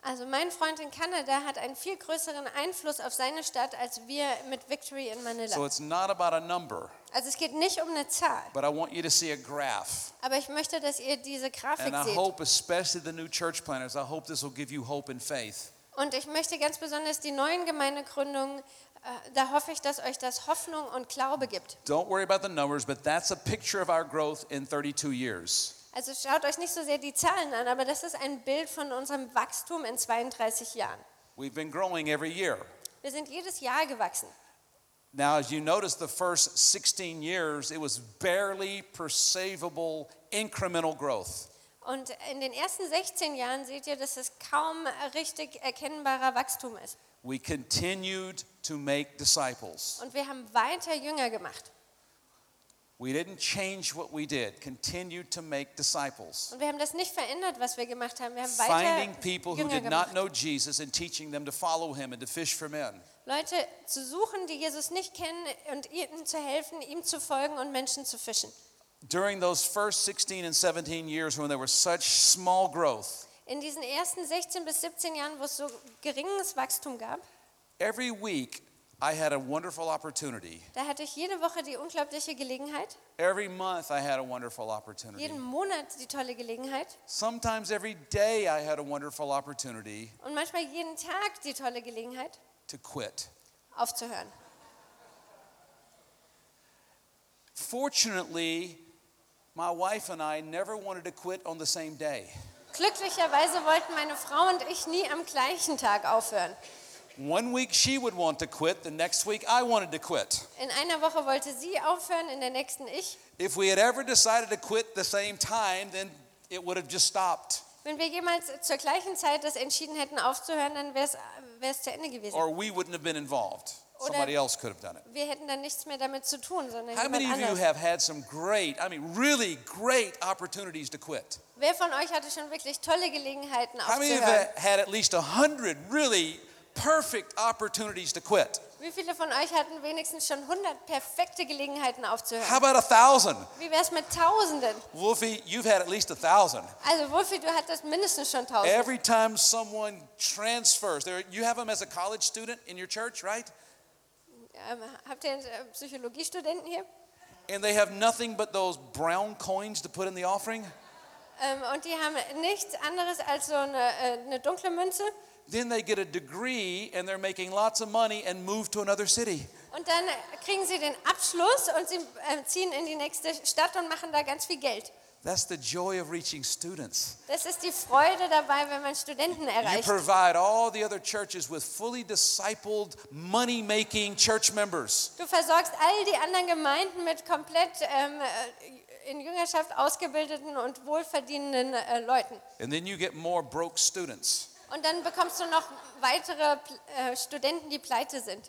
Also mein Freund in Kanada hat einen viel größeren Einfluss auf seine Stadt als wir mit Victory in Manila.
So it's not about a number,
Also es geht nicht um eine Zahl,
but I want you to see a graph.
aber ich möchte, dass ihr diese Grafik
And I
seht.
hope, especially the new church planners, I hope this will give you hope and faith.
Und ich möchte ganz besonders die neuen Gemeindegründungen, äh, da hoffe ich, dass euch das Hoffnung und Glaube gibt.
Don't worry about the numbers, but that's a picture of our growth in thirty-two years.
Also schaut euch nicht so sehr die Zahlen an, aber das ist ein Bild von unserem Wachstum in zweiunddreißig Jahren.
We've been growing every year.
Wir sind jedes Jahr gewachsen.
Now, as you notice, the first sixteen years, it was barely perceivable incremental growth.
Und in den ersten sechzehn Jahren seht ihr, dass es kaum richtig erkennbarer Wachstum ist.
We continued to make disciples.
Und wir haben weiter Jünger gemacht.
We didn't change what we did, continued to make disciples.
Und wir haben das nicht verändert, was wir gemacht haben. Wir haben
Finding
weiter
people who
Jünger
did not
gemacht.
know Jesus and teaching them to follow him and to fish for men.
Leute zu suchen, die Jesus nicht kennen und ihnen zu helfen, ihm zu folgen und Menschen zu fischen.
During those first sixteen and seventeen years when there was such small growth,
In diesen ersten sechzehn bis siebzehn Jahren, wo es so geringes Wachstum gab,
every week I had a wonderful opportunity.
da hatte ich jede Woche die unglaubliche Gelegenheit,
Every month I had a wonderful opportunity.
jeden Monat die tolle Gelegenheit
Sometimes every day I had a wonderful opportunity
und manchmal jeden Tag die tolle Gelegenheit,
to quit.
aufzuhören.
Fortunately, my wife and I never wanted to quit on the same day.
Glücklicherweise wollten meine Frau und ich nie am gleichen Tag aufhören.
One week she would want to quit, the next week I wanted to quit.
In einer Woche wollte sie aufhören, in der nächsten ich.
If we had ever decided to quit the same time, then it would have just stopped.
Wenn wir jemals zur gleichen Zeit das entschieden hätten aufzuhören, dann wäre es zu Ende gewesen.
Or we wouldn't have been involved.
Oder-
Somebody else could have done it.
Wir hätten dann nichts mehr damit zu tun, sondern
How many
jemand
of you
anders.
have had some great, I mean really great opportunities to quit?
Wer von euch hatte schon wirklich tolle Gelegenheiten
How many of you
aufzuhören?
had at least a hundred really perfect opportunities to quit?
Wie viele von euch hatten wenigstens schon hundert perfekte Gelegenheiten
How
aufzuhören?
about a thousand?
Wie wäre es mit Tausenden?
Wolfie, you've had at least a thousand.
Also Wolfi, du hattest mindestens schon Tausend.
Every time someone transfers, there, you have them as a college student in your church, right?
Ähm, habt ihr einen äh, Psychologiestudenten hier?
And they have nothing but those brown coins to put in the offering.
Ähm, und die haben nichts anderes als so eine, äh, eine dunkle Münze.
Then they get a degree and they're making lots of money and move to another city.
Und dann kriegen sie den Abschluss und sie äh, ziehen in die nächste Stadt und machen da ganz viel Geld.
That's the joy of reaching students.
Das ist die Freude dabei, wenn man Studenten
You
erreicht.
provide all the other churches with fully discipled, money-making church members.
Du versorgst all die anderen Gemeinden mit komplett ähm, äh, in Jüngerschaft ausgebildeten und wohlverdienenden äh, Leuten.
And then you get more broke students.
Und dann bekommst du noch weitere äh, Studenten, die pleite sind.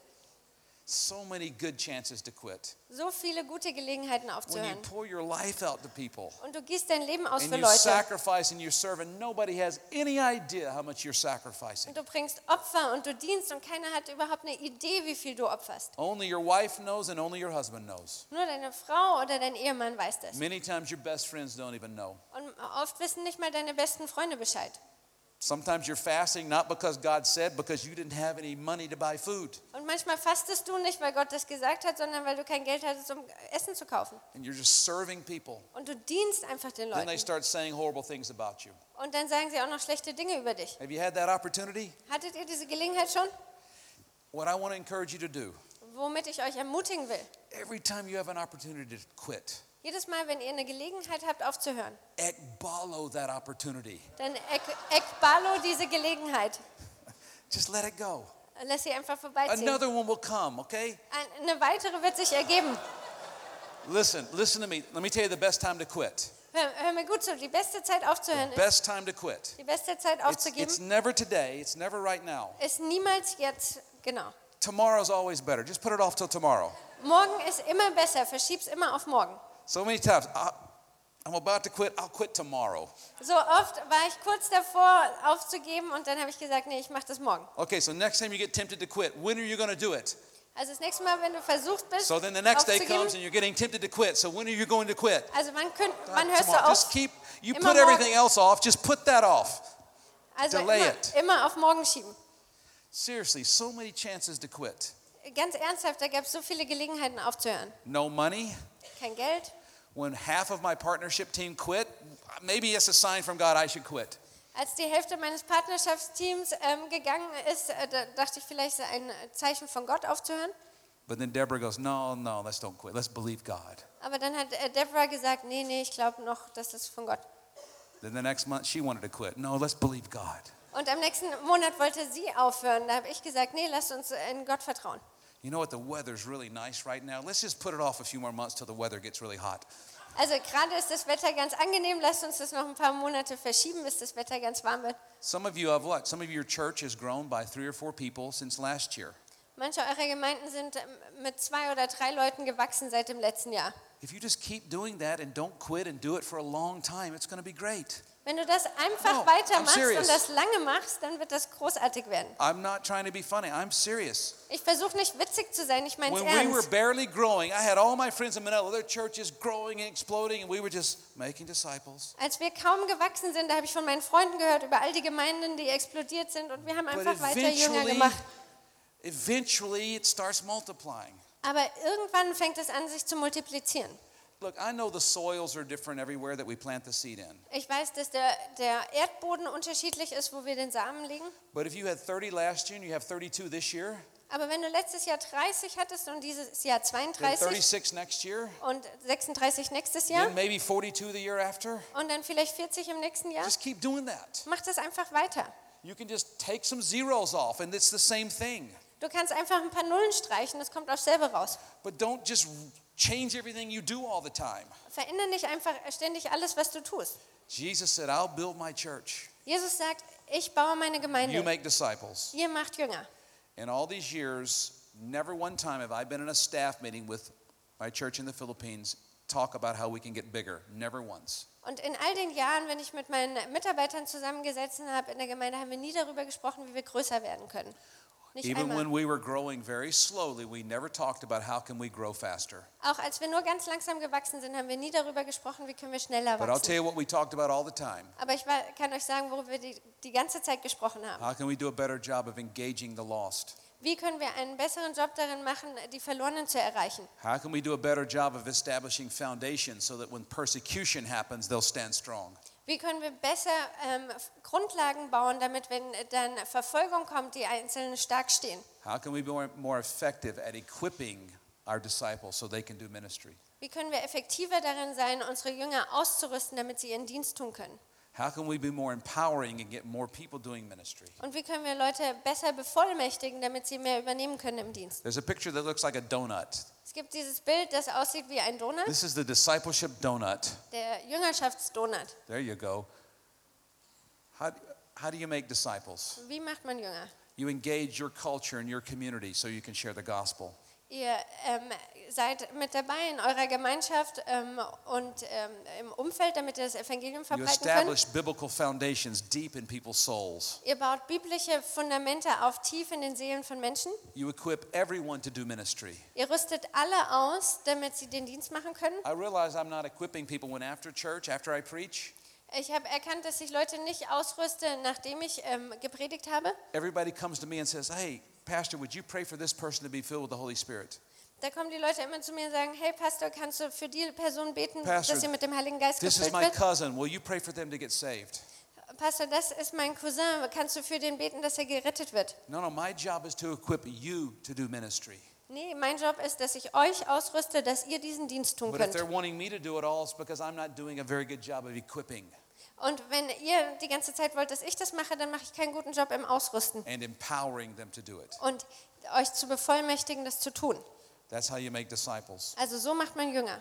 So many good chances to quit.
So viele gute Gelegenheiten
When you
aufzuhören.
pour your life out to people
Und du gießt dein Leben aus
and
für
you
Leute.
sacrifice and you serve and nobody has any idea how much you're sacrificing.
Und du bringst Opfer und du dienst und keiner hat überhaupt eine Idee, wie viel du opferst.
Only your wife knows and only your husband knows.
Nur deine Frau oder dein Ehemann weiß das.
Many times your best friends don't even know.
Und oft wissen nicht mal deine besten Freunde Bescheid.
Sometimes you're fasting not because God said, because you didn't have any money to buy food.
Und manchmal fastest du nicht, weil Gott das gesagt hat, sondern weil du kein Geld hattest, um Essen zu kaufen.
And you're just serving people.
Und du dienst einfach den
Then they
Leuten.
start saying horrible things about you.
Und dann sagen sie auch noch schlechte Dinge über dich.
Have you had that opportunity?
Hattet ihr diese Gelegenheit schon?
What I want to encourage you to do,
Womit ich euch ermutigen will.
every time you have an opportunity to quit,
Jedes Mal, wenn ihr eine Gelegenheit habt, aufzuhören,
ekbalo that opportunity.
dann ek ekbalo diese Gelegenheit.
Just let it go.
Lass sie einfach vorbeiziehen.
Another one will come, okay?
Ein- Eine weitere wird sich ergeben.
Listen, listen to me. Let me tell you the best time to quit.
Hör, hör mir gut zu, die beste Zeit aufzuhören ist,
Best time to quit.
die beste Zeit
It's, it's
aufzugeben,
never today. It's never right now.
ist niemals jetzt, genau.
Tomorrow's always better. Just put it off till tomorrow.
Morgen ist immer besser, verschieb's immer auf morgen.
So many times, I, I'm about to quit. I'll quit tomorrow.
So oft war ich kurz davor aufzugeben und dann habe ich gesagt, nee, ich mache das morgen.
Okay, so next time you get tempted to quit, when are you going to do it?
Also das nächste Mal, wenn du versucht bist,
So then the next day
aufzugeben,
comes and you're getting tempted to quit. So when are you going to quit?
also wann, könnt, wann hörst du
Tomorrow.
auf?
Just keep, you
Immer
put everything
morgen.
else off, just put that off.
Also
Delay
immer,
it.
immer auf morgen schieben.
Seriously, so many chances to quit.
Ganz ernsthaft, da gab es so viele Gelegenheiten aufzuhören.
No money.
Kein Geld.
When half of my partnership team quit, maybe it's a sign from God I should quit.
Als die Hälfte meines Partnerschaftsteams ähm, gegangen ist, äh, da dachte ich, vielleicht ist ein Zeichen von Gott aufzuhören.
But then Deborah goes, no, no, let's don't quit. Let's believe God.
Aber dann hat äh, Deborah gesagt, nee, nee, ich glaube noch, das ist von Gott.
Then the next month she wanted to quit. No, let's believe God.
Und am nächsten Monat wollte sie aufhören. Da habe ich gesagt, nee, lasst uns in Gott vertrauen.
You know what? The weather's really nice right now. Let's just put it off a few more months till the weather gets really hot.
Also gerade ist das Wetter ganz angenehm. Lasst uns das noch ein paar Monate verschieben, bis das Wetter ganz warm wird.
Some of you have what? Some of your church has grown by three or four people since last year.
Manche eurer Gemeinden sind ähm, mit zwei oder drei Leuten gewachsen seit dem letzten Jahr.
If you just keep doing that and don't quit and do it for a long time, it's going to be great.
Wenn du das einfach
No, I'm
weitermachst
serious.
und das lange machst, dann wird das großartig werden.
I'm not trying to be funny. I'm serious.
Ich versuche nicht witzig zu sein, ich meine es
When we were
ernst.
barely growing, I had all my friends in Manila, their churches growing and exploding, and we were just making disciples.
Als wir kaum gewachsen sind, da habe ich von meinen Freunden gehört über all die Gemeinden, die explodiert sind, und wir haben
But
einfach weiter Jünger
eventually,
gemacht.
eventually it starts multiplying.
Aber irgendwann fängt es an, sich zu multiplizieren.
Look, I know the soils are different everywhere that we plant the seed in.
Ich weiß, dass der, der Erdboden unterschiedlich ist, wo wir den Samen legen.
But if you had thirty last year and you have thirty-two this year,
Aber wenn du letztes Jahr dreißig hattest und dieses Jahr
then
zweiunddreißig
thirty-six next year,
und sechsunddreißig nächstes Jahr
then maybe forty-two the year after,
und dann vielleicht vierzig im nächsten Jahr,
just keep doing that.
mach das einfach weiter.
You can just take some zeros off and it's the same thing.
Du kannst einfach ein paar Nullen streichen, das kommt aufs selbe raus.
But don't just change everything you do all the time.
Verändere nicht einfach ständig alles, was du tust.
Jesus said, I'll build my church.
Jesus sagt, ich baue meine
You
Gemeinde.
make disciples.
Ihr macht Jünger.
In all these years, never one time have I been in a staff meeting with my church in the Philippines talk about how we can get bigger. Never once.
Und in all den Jahren, wenn ich mit meinen Mitarbeitern zusammengesessen habe in der Gemeinde, haben wir nie darüber gesprochen, wie wir größer werden können. Nicht
Even
einmal.
when we were growing very slowly, we never talked about how can we grow faster.
Auch als wir nur ganz langsam gewachsen sind, haben wir nie darüber gesprochen, wie können wir schneller
But I'll tell
wachsen.
you what we talked about all the time.
Aber ich wa- kann euch sagen, worüber wir die, die ganze Zeit gesprochen haben.
How can we do a better job of engaging the lost?
Wie können wir einen besseren Job darin machen, die Verlorenen zu erreichen?
How can we do a better job of establishing foundations so that when persecution happens, they'll stand strong?
Wie können wir besser ähm, Grundlagen bauen, damit, wenn dann Verfolgung kommt, die Einzelnen stark stehen?
How can we be more, more effective at equipping our disciples so they can do ministry?
Wie können wir effektiver darin sein, unsere Jünger auszurüsten, damit sie ihren Dienst tun können?
How can we be more empowering and get more people doing ministry?
Und wie können wir Leute besser bevollmächtigen, damit sie mehr übernehmen können im Dienst?
There's a picture that looks like a donut.
Es gibt dieses Bild, das aussieht wie ein Donut,
This is the discipleship donut.
der Jüngerschaftsdonut.
There you go. How, how do you make disciples?
Wie macht man Jünger?
You engage your culture and your community so you can share the gospel.
Ihr ähm, seid mit dabei in eurer Gemeinschaft ähm, und ähm, im Umfeld, damit ihr das Evangelium
You
verbreiten könnt.
establish biblical foundations deep in people's souls.
Ihr baut biblische Fundamente auf, tief in den Seelen von Menschen.
You equip everyone to do ministry.
Ihr rüstet alle aus, damit sie den Dienst machen können.
I realize I'm not equipping people when after church, after I preach,
Ich habe erkannt, dass ich Leute nicht ausrüste, nachdem ich ähm, gepredigt habe.
everybody comes to me and says, hey, Pastor, would you pray for this person to be filled with the Holy Spirit?
Da kommen die Leute immer zu mir und sagen, hey Pastor, kannst du für die Person beten,
Pastor,
dass sie mit dem Heiligen Geist
This is
gefüllt
my
wird?
cousin. Will you pray for them to get saved?
Pastor, das ist mein Cousin, kannst du für den beten, dass er gerettet wird?
No, no, my job is to equip you to do ministry.
Nee, mein Job ist, dass ich euch ausrüste, dass ihr diesen Dienst tun
But if
könnt.
they're wanting me to do it all, it's because I'm not doing a very good job of equipping
Und wenn ihr die ganze Zeit wollt, dass ich das mache, dann mache ich keinen guten Job im Ausrüsten
and empowering them to do it.
und euch zu bevollmächtigen, das zu tun.
That's how you make disciples.
Also so macht man Jünger.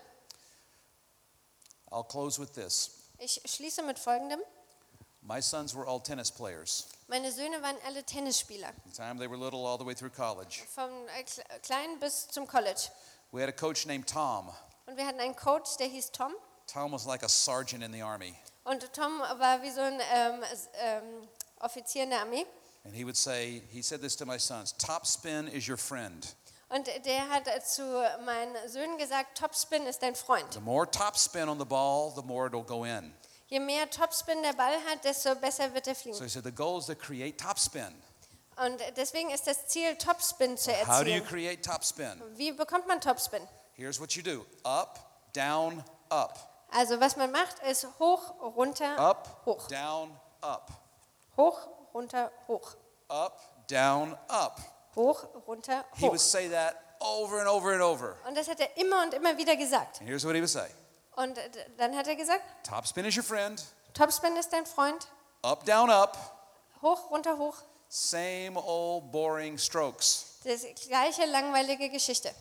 I'll close with this.
Ich schließe mit Folgendem.
My sons were all tennis players.
Meine Söhne waren alle Tennisspieler,
From the time they were little all the way through college.
von äh, kle- klein bis zum College.
We had a coach named Tom.
Und wir hatten einen Coach, der hieß Tom.
Tom was like a sergeant in the army.
Und Tom war wie so ein ähm, s- ähm, Offizier in der Armee.
And he would say, he said this to my sons, top spin is your friend.
Und der hat äh, zu meinen Söhnen gesagt, Topspin ist dein Freund.
The more top spin on the ball, the more it'll go in.
Je mehr Topspin der Ball hat, desto besser wird er fliegen.
So he said the goal is to create topspin.
Und deswegen ist das Ziel, Topspin zu
How do you
erzielen.
create topspin?
Wie bekommt man Topspin?
Here's what you do. Up, down, up.
Also was man macht, ist hoch, runter,
Up,
hoch.
down, up.
Hoch, runter, hoch.
Up, down, up.
Hoch, runter,
He would
hoch.
say that over and over and over.
Und das hat er immer und immer wieder gesagt.
And here's what he would say.
Und äh, dann hat er gesagt,
Topspin is your friend.
Topspin ist dein Freund.
Up, down, up.
Hoch, runter, hoch.
Same old boring strokes.
Das gleiche langweilige Geschichte.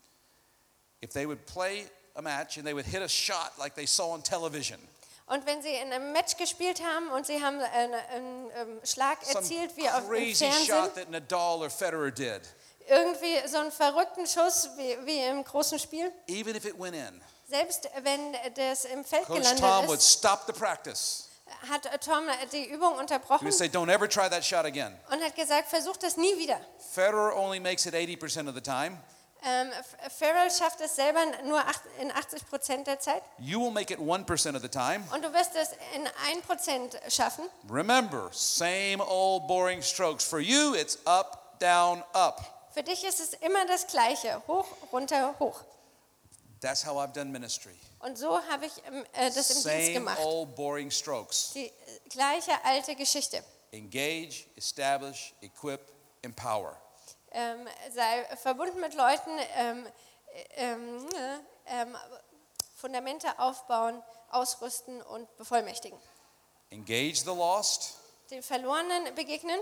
If they would play a match and they would hit a shot like they saw on television,
Und wenn sie in einem Match gespielt haben und sie haben einen, einen, einen Schlag
some
erzielt wie auf dem
crazy
Fernsehen,
shot that Nadal or Federer did,
irgendwie so einen verrückten Schuss wie, wie im großen Spiel,
even if it went in,
selbst wenn das im Feld
Coach
gelandet
Tom would
ist,
stop the practice.
hat Tom die Übung
He
unterbrochen
would say, don't ever try that shot again.
und hat gesagt, versuch das nie wieder.
Federer only makes it eighty percent of the time.
Ähm, Farrell schafft es selber nur acht, in achtzig Prozent der Zeit
You will make it one percent of the time.
und du wirst es in ein Prozent schaffen.
Remember, same old boring strokes. For you, it's up, down, up.
Für dich ist es immer das Gleiche, hoch, runter, hoch.
That's how I've done ministry.
Und so habe ich ähm, äh, das im Dienst
Same
gemacht.
old boring strokes.
Die äh, gleiche alte Geschichte.
Engage, establish, equip, empower.
Ähm, sei verbunden mit Leuten, ähm, ähm, äh, ähm, Fundamente aufbauen, ausrüsten und bevollmächtigen.
Engage the lost,
Den Verlorenen begegnen,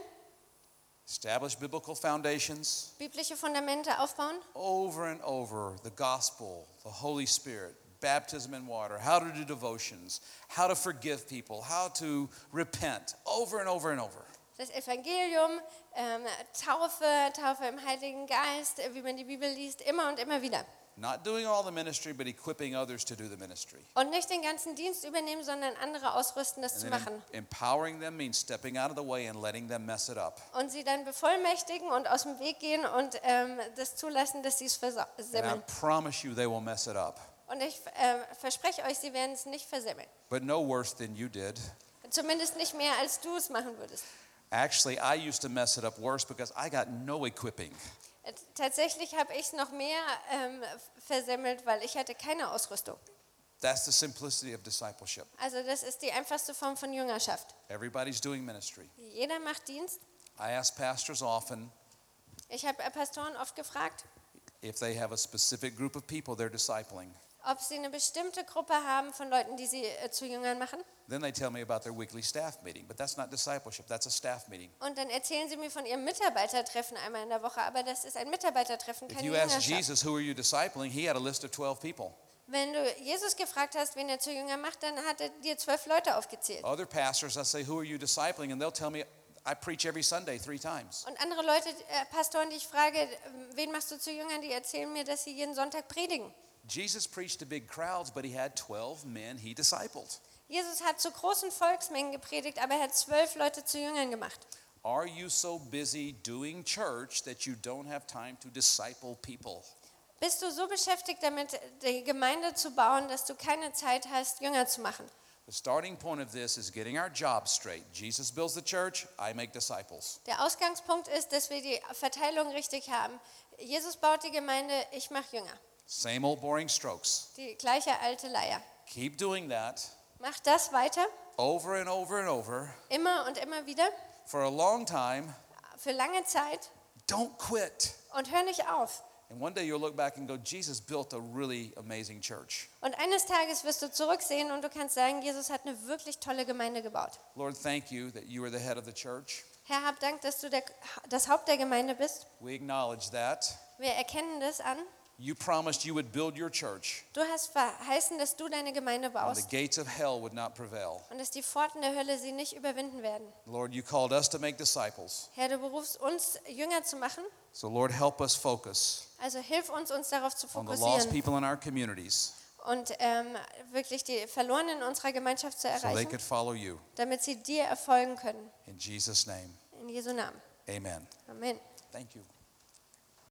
establish biblical foundations,
biblische Fundamente aufbauen,
over and over, the gospel, the Holy Spirit, baptism in water, how to do devotions, how to forgive people, how to repent, over and over and over.
das Evangelium, ähm, Taufe, Taufe im Heiligen Geist, äh, wie man die Bibel liest, immer und immer wieder.
Not doing all the ministry, but equipping others to do the ministry.
Und nicht den ganzen Dienst übernehmen, sondern andere ausrüsten, das
And
zu
then
machen.
em- empowering them means stepping out of the way and letting them mess it up.
Und sie dann bevollmächtigen und aus dem Weg gehen und ähm, das zulassen, dass sie es
And I
versemmeln.
promise you they will mess it up.
Und ich äh, verspreche euch, sie werden es nicht versemmeln.
But no worse than you did.
Zumindest nicht mehr, als du es machen würdest.
Actually, I used to mess it up worse because I got no equipping.
Äh, Tatsächlich habe ich es noch mehr ähm, versemmelt, weil ich hatte keine Ausrüstung.
That's the simplicity of discipleship.
Also das ist die einfachste Form von Jüngerschaft.
Everybody's doing ministry.
Jeder macht Dienst.
I ask pastors often
Ich habe äh, Pastoren oft gefragt,
if they have a specific group of people they're discipling.
ob sie eine bestimmte Gruppe haben von Leuten, die sie äh, zu Jüngern machen.
Then they tell me about their weekly staff meeting, but that's not discipleship, that's a staff meeting.
Und dann erzählen sie mir von ihrem Mitarbeitertreffen einmal in der Woche, aber das ist ein Mitarbeitertreffen,
If
keine
you ask
Jüngerschaft.
Jesus, who are you discipling, he had a list of twelve people.
Wenn du Jesus gefragt hast, wen er zu Jünger macht, dann hat er dir zwölf Leute aufgezählt.
Other pastors, I say, who are you discipling? And they'll tell me, I preach every Sunday three times.
Und andere Leute, äh, Pastoren, die ich frage, äh, wen machst du zu Jüngern, die erzählen mir, dass sie jeden Sonntag predigen.
Jesus preached to big crowds, but he had twelve men he discipled.
Jesus hat zu großen Volksmengen gepredigt, aber er hat zwölf Leute zu Jüngern gemacht.
Are you so busy doing church that you don't have time to disciple people?
Bist du so beschäftigt damit, die Gemeinde zu bauen, dass du keine Zeit hast, Jünger zu machen?
The starting point of this is getting our jobs straight. Jesus builds the church, I make disciples.
Der Ausgangspunkt ist, dass wir die Verteilung richtig haben. Jesus baut die Gemeinde, ich mache Jünger.
Same old boring strokes.
Die gleiche alte Leier.
Keep doing that
Mach das weiter,
over and over and over
immer und immer wieder,
for a long time.
für lange Zeit
Don't quit.
und hör nicht auf.
And one day you'll look back and go, Jesus built a really amazing church.
Und eines Tages wirst du zurücksehen und du kannst sagen, Jesus hat eine wirklich tolle Gemeinde gebaut.
Lord, thank you that you are the head of the church.
Herr, hab Dank, dass du der, das Haupt der Gemeinde bist.
We acknowledge that.
Wir erkennen das an.
You promised you would build your church,
Du hast verheißen, dass du deine Gemeinde
and the
baust
gates of hell would not prevail.
und dass die Pforten der Hölle sie nicht überwinden werden.
Lord, you called us to make disciples.
Herr, du berufst uns, Jünger zu machen.
So, Lord, help us focus
Also hilf uns, uns darauf zu
on the lost
fokussieren
people in our communities
und ähm, wirklich die Verlorenen in unserer Gemeinschaft zu
so they
erreichen,
could follow you.
damit sie dir erfolgen können.
In Jesus' name,
In Jesu Namen.
amen.
Amen.
Thank you.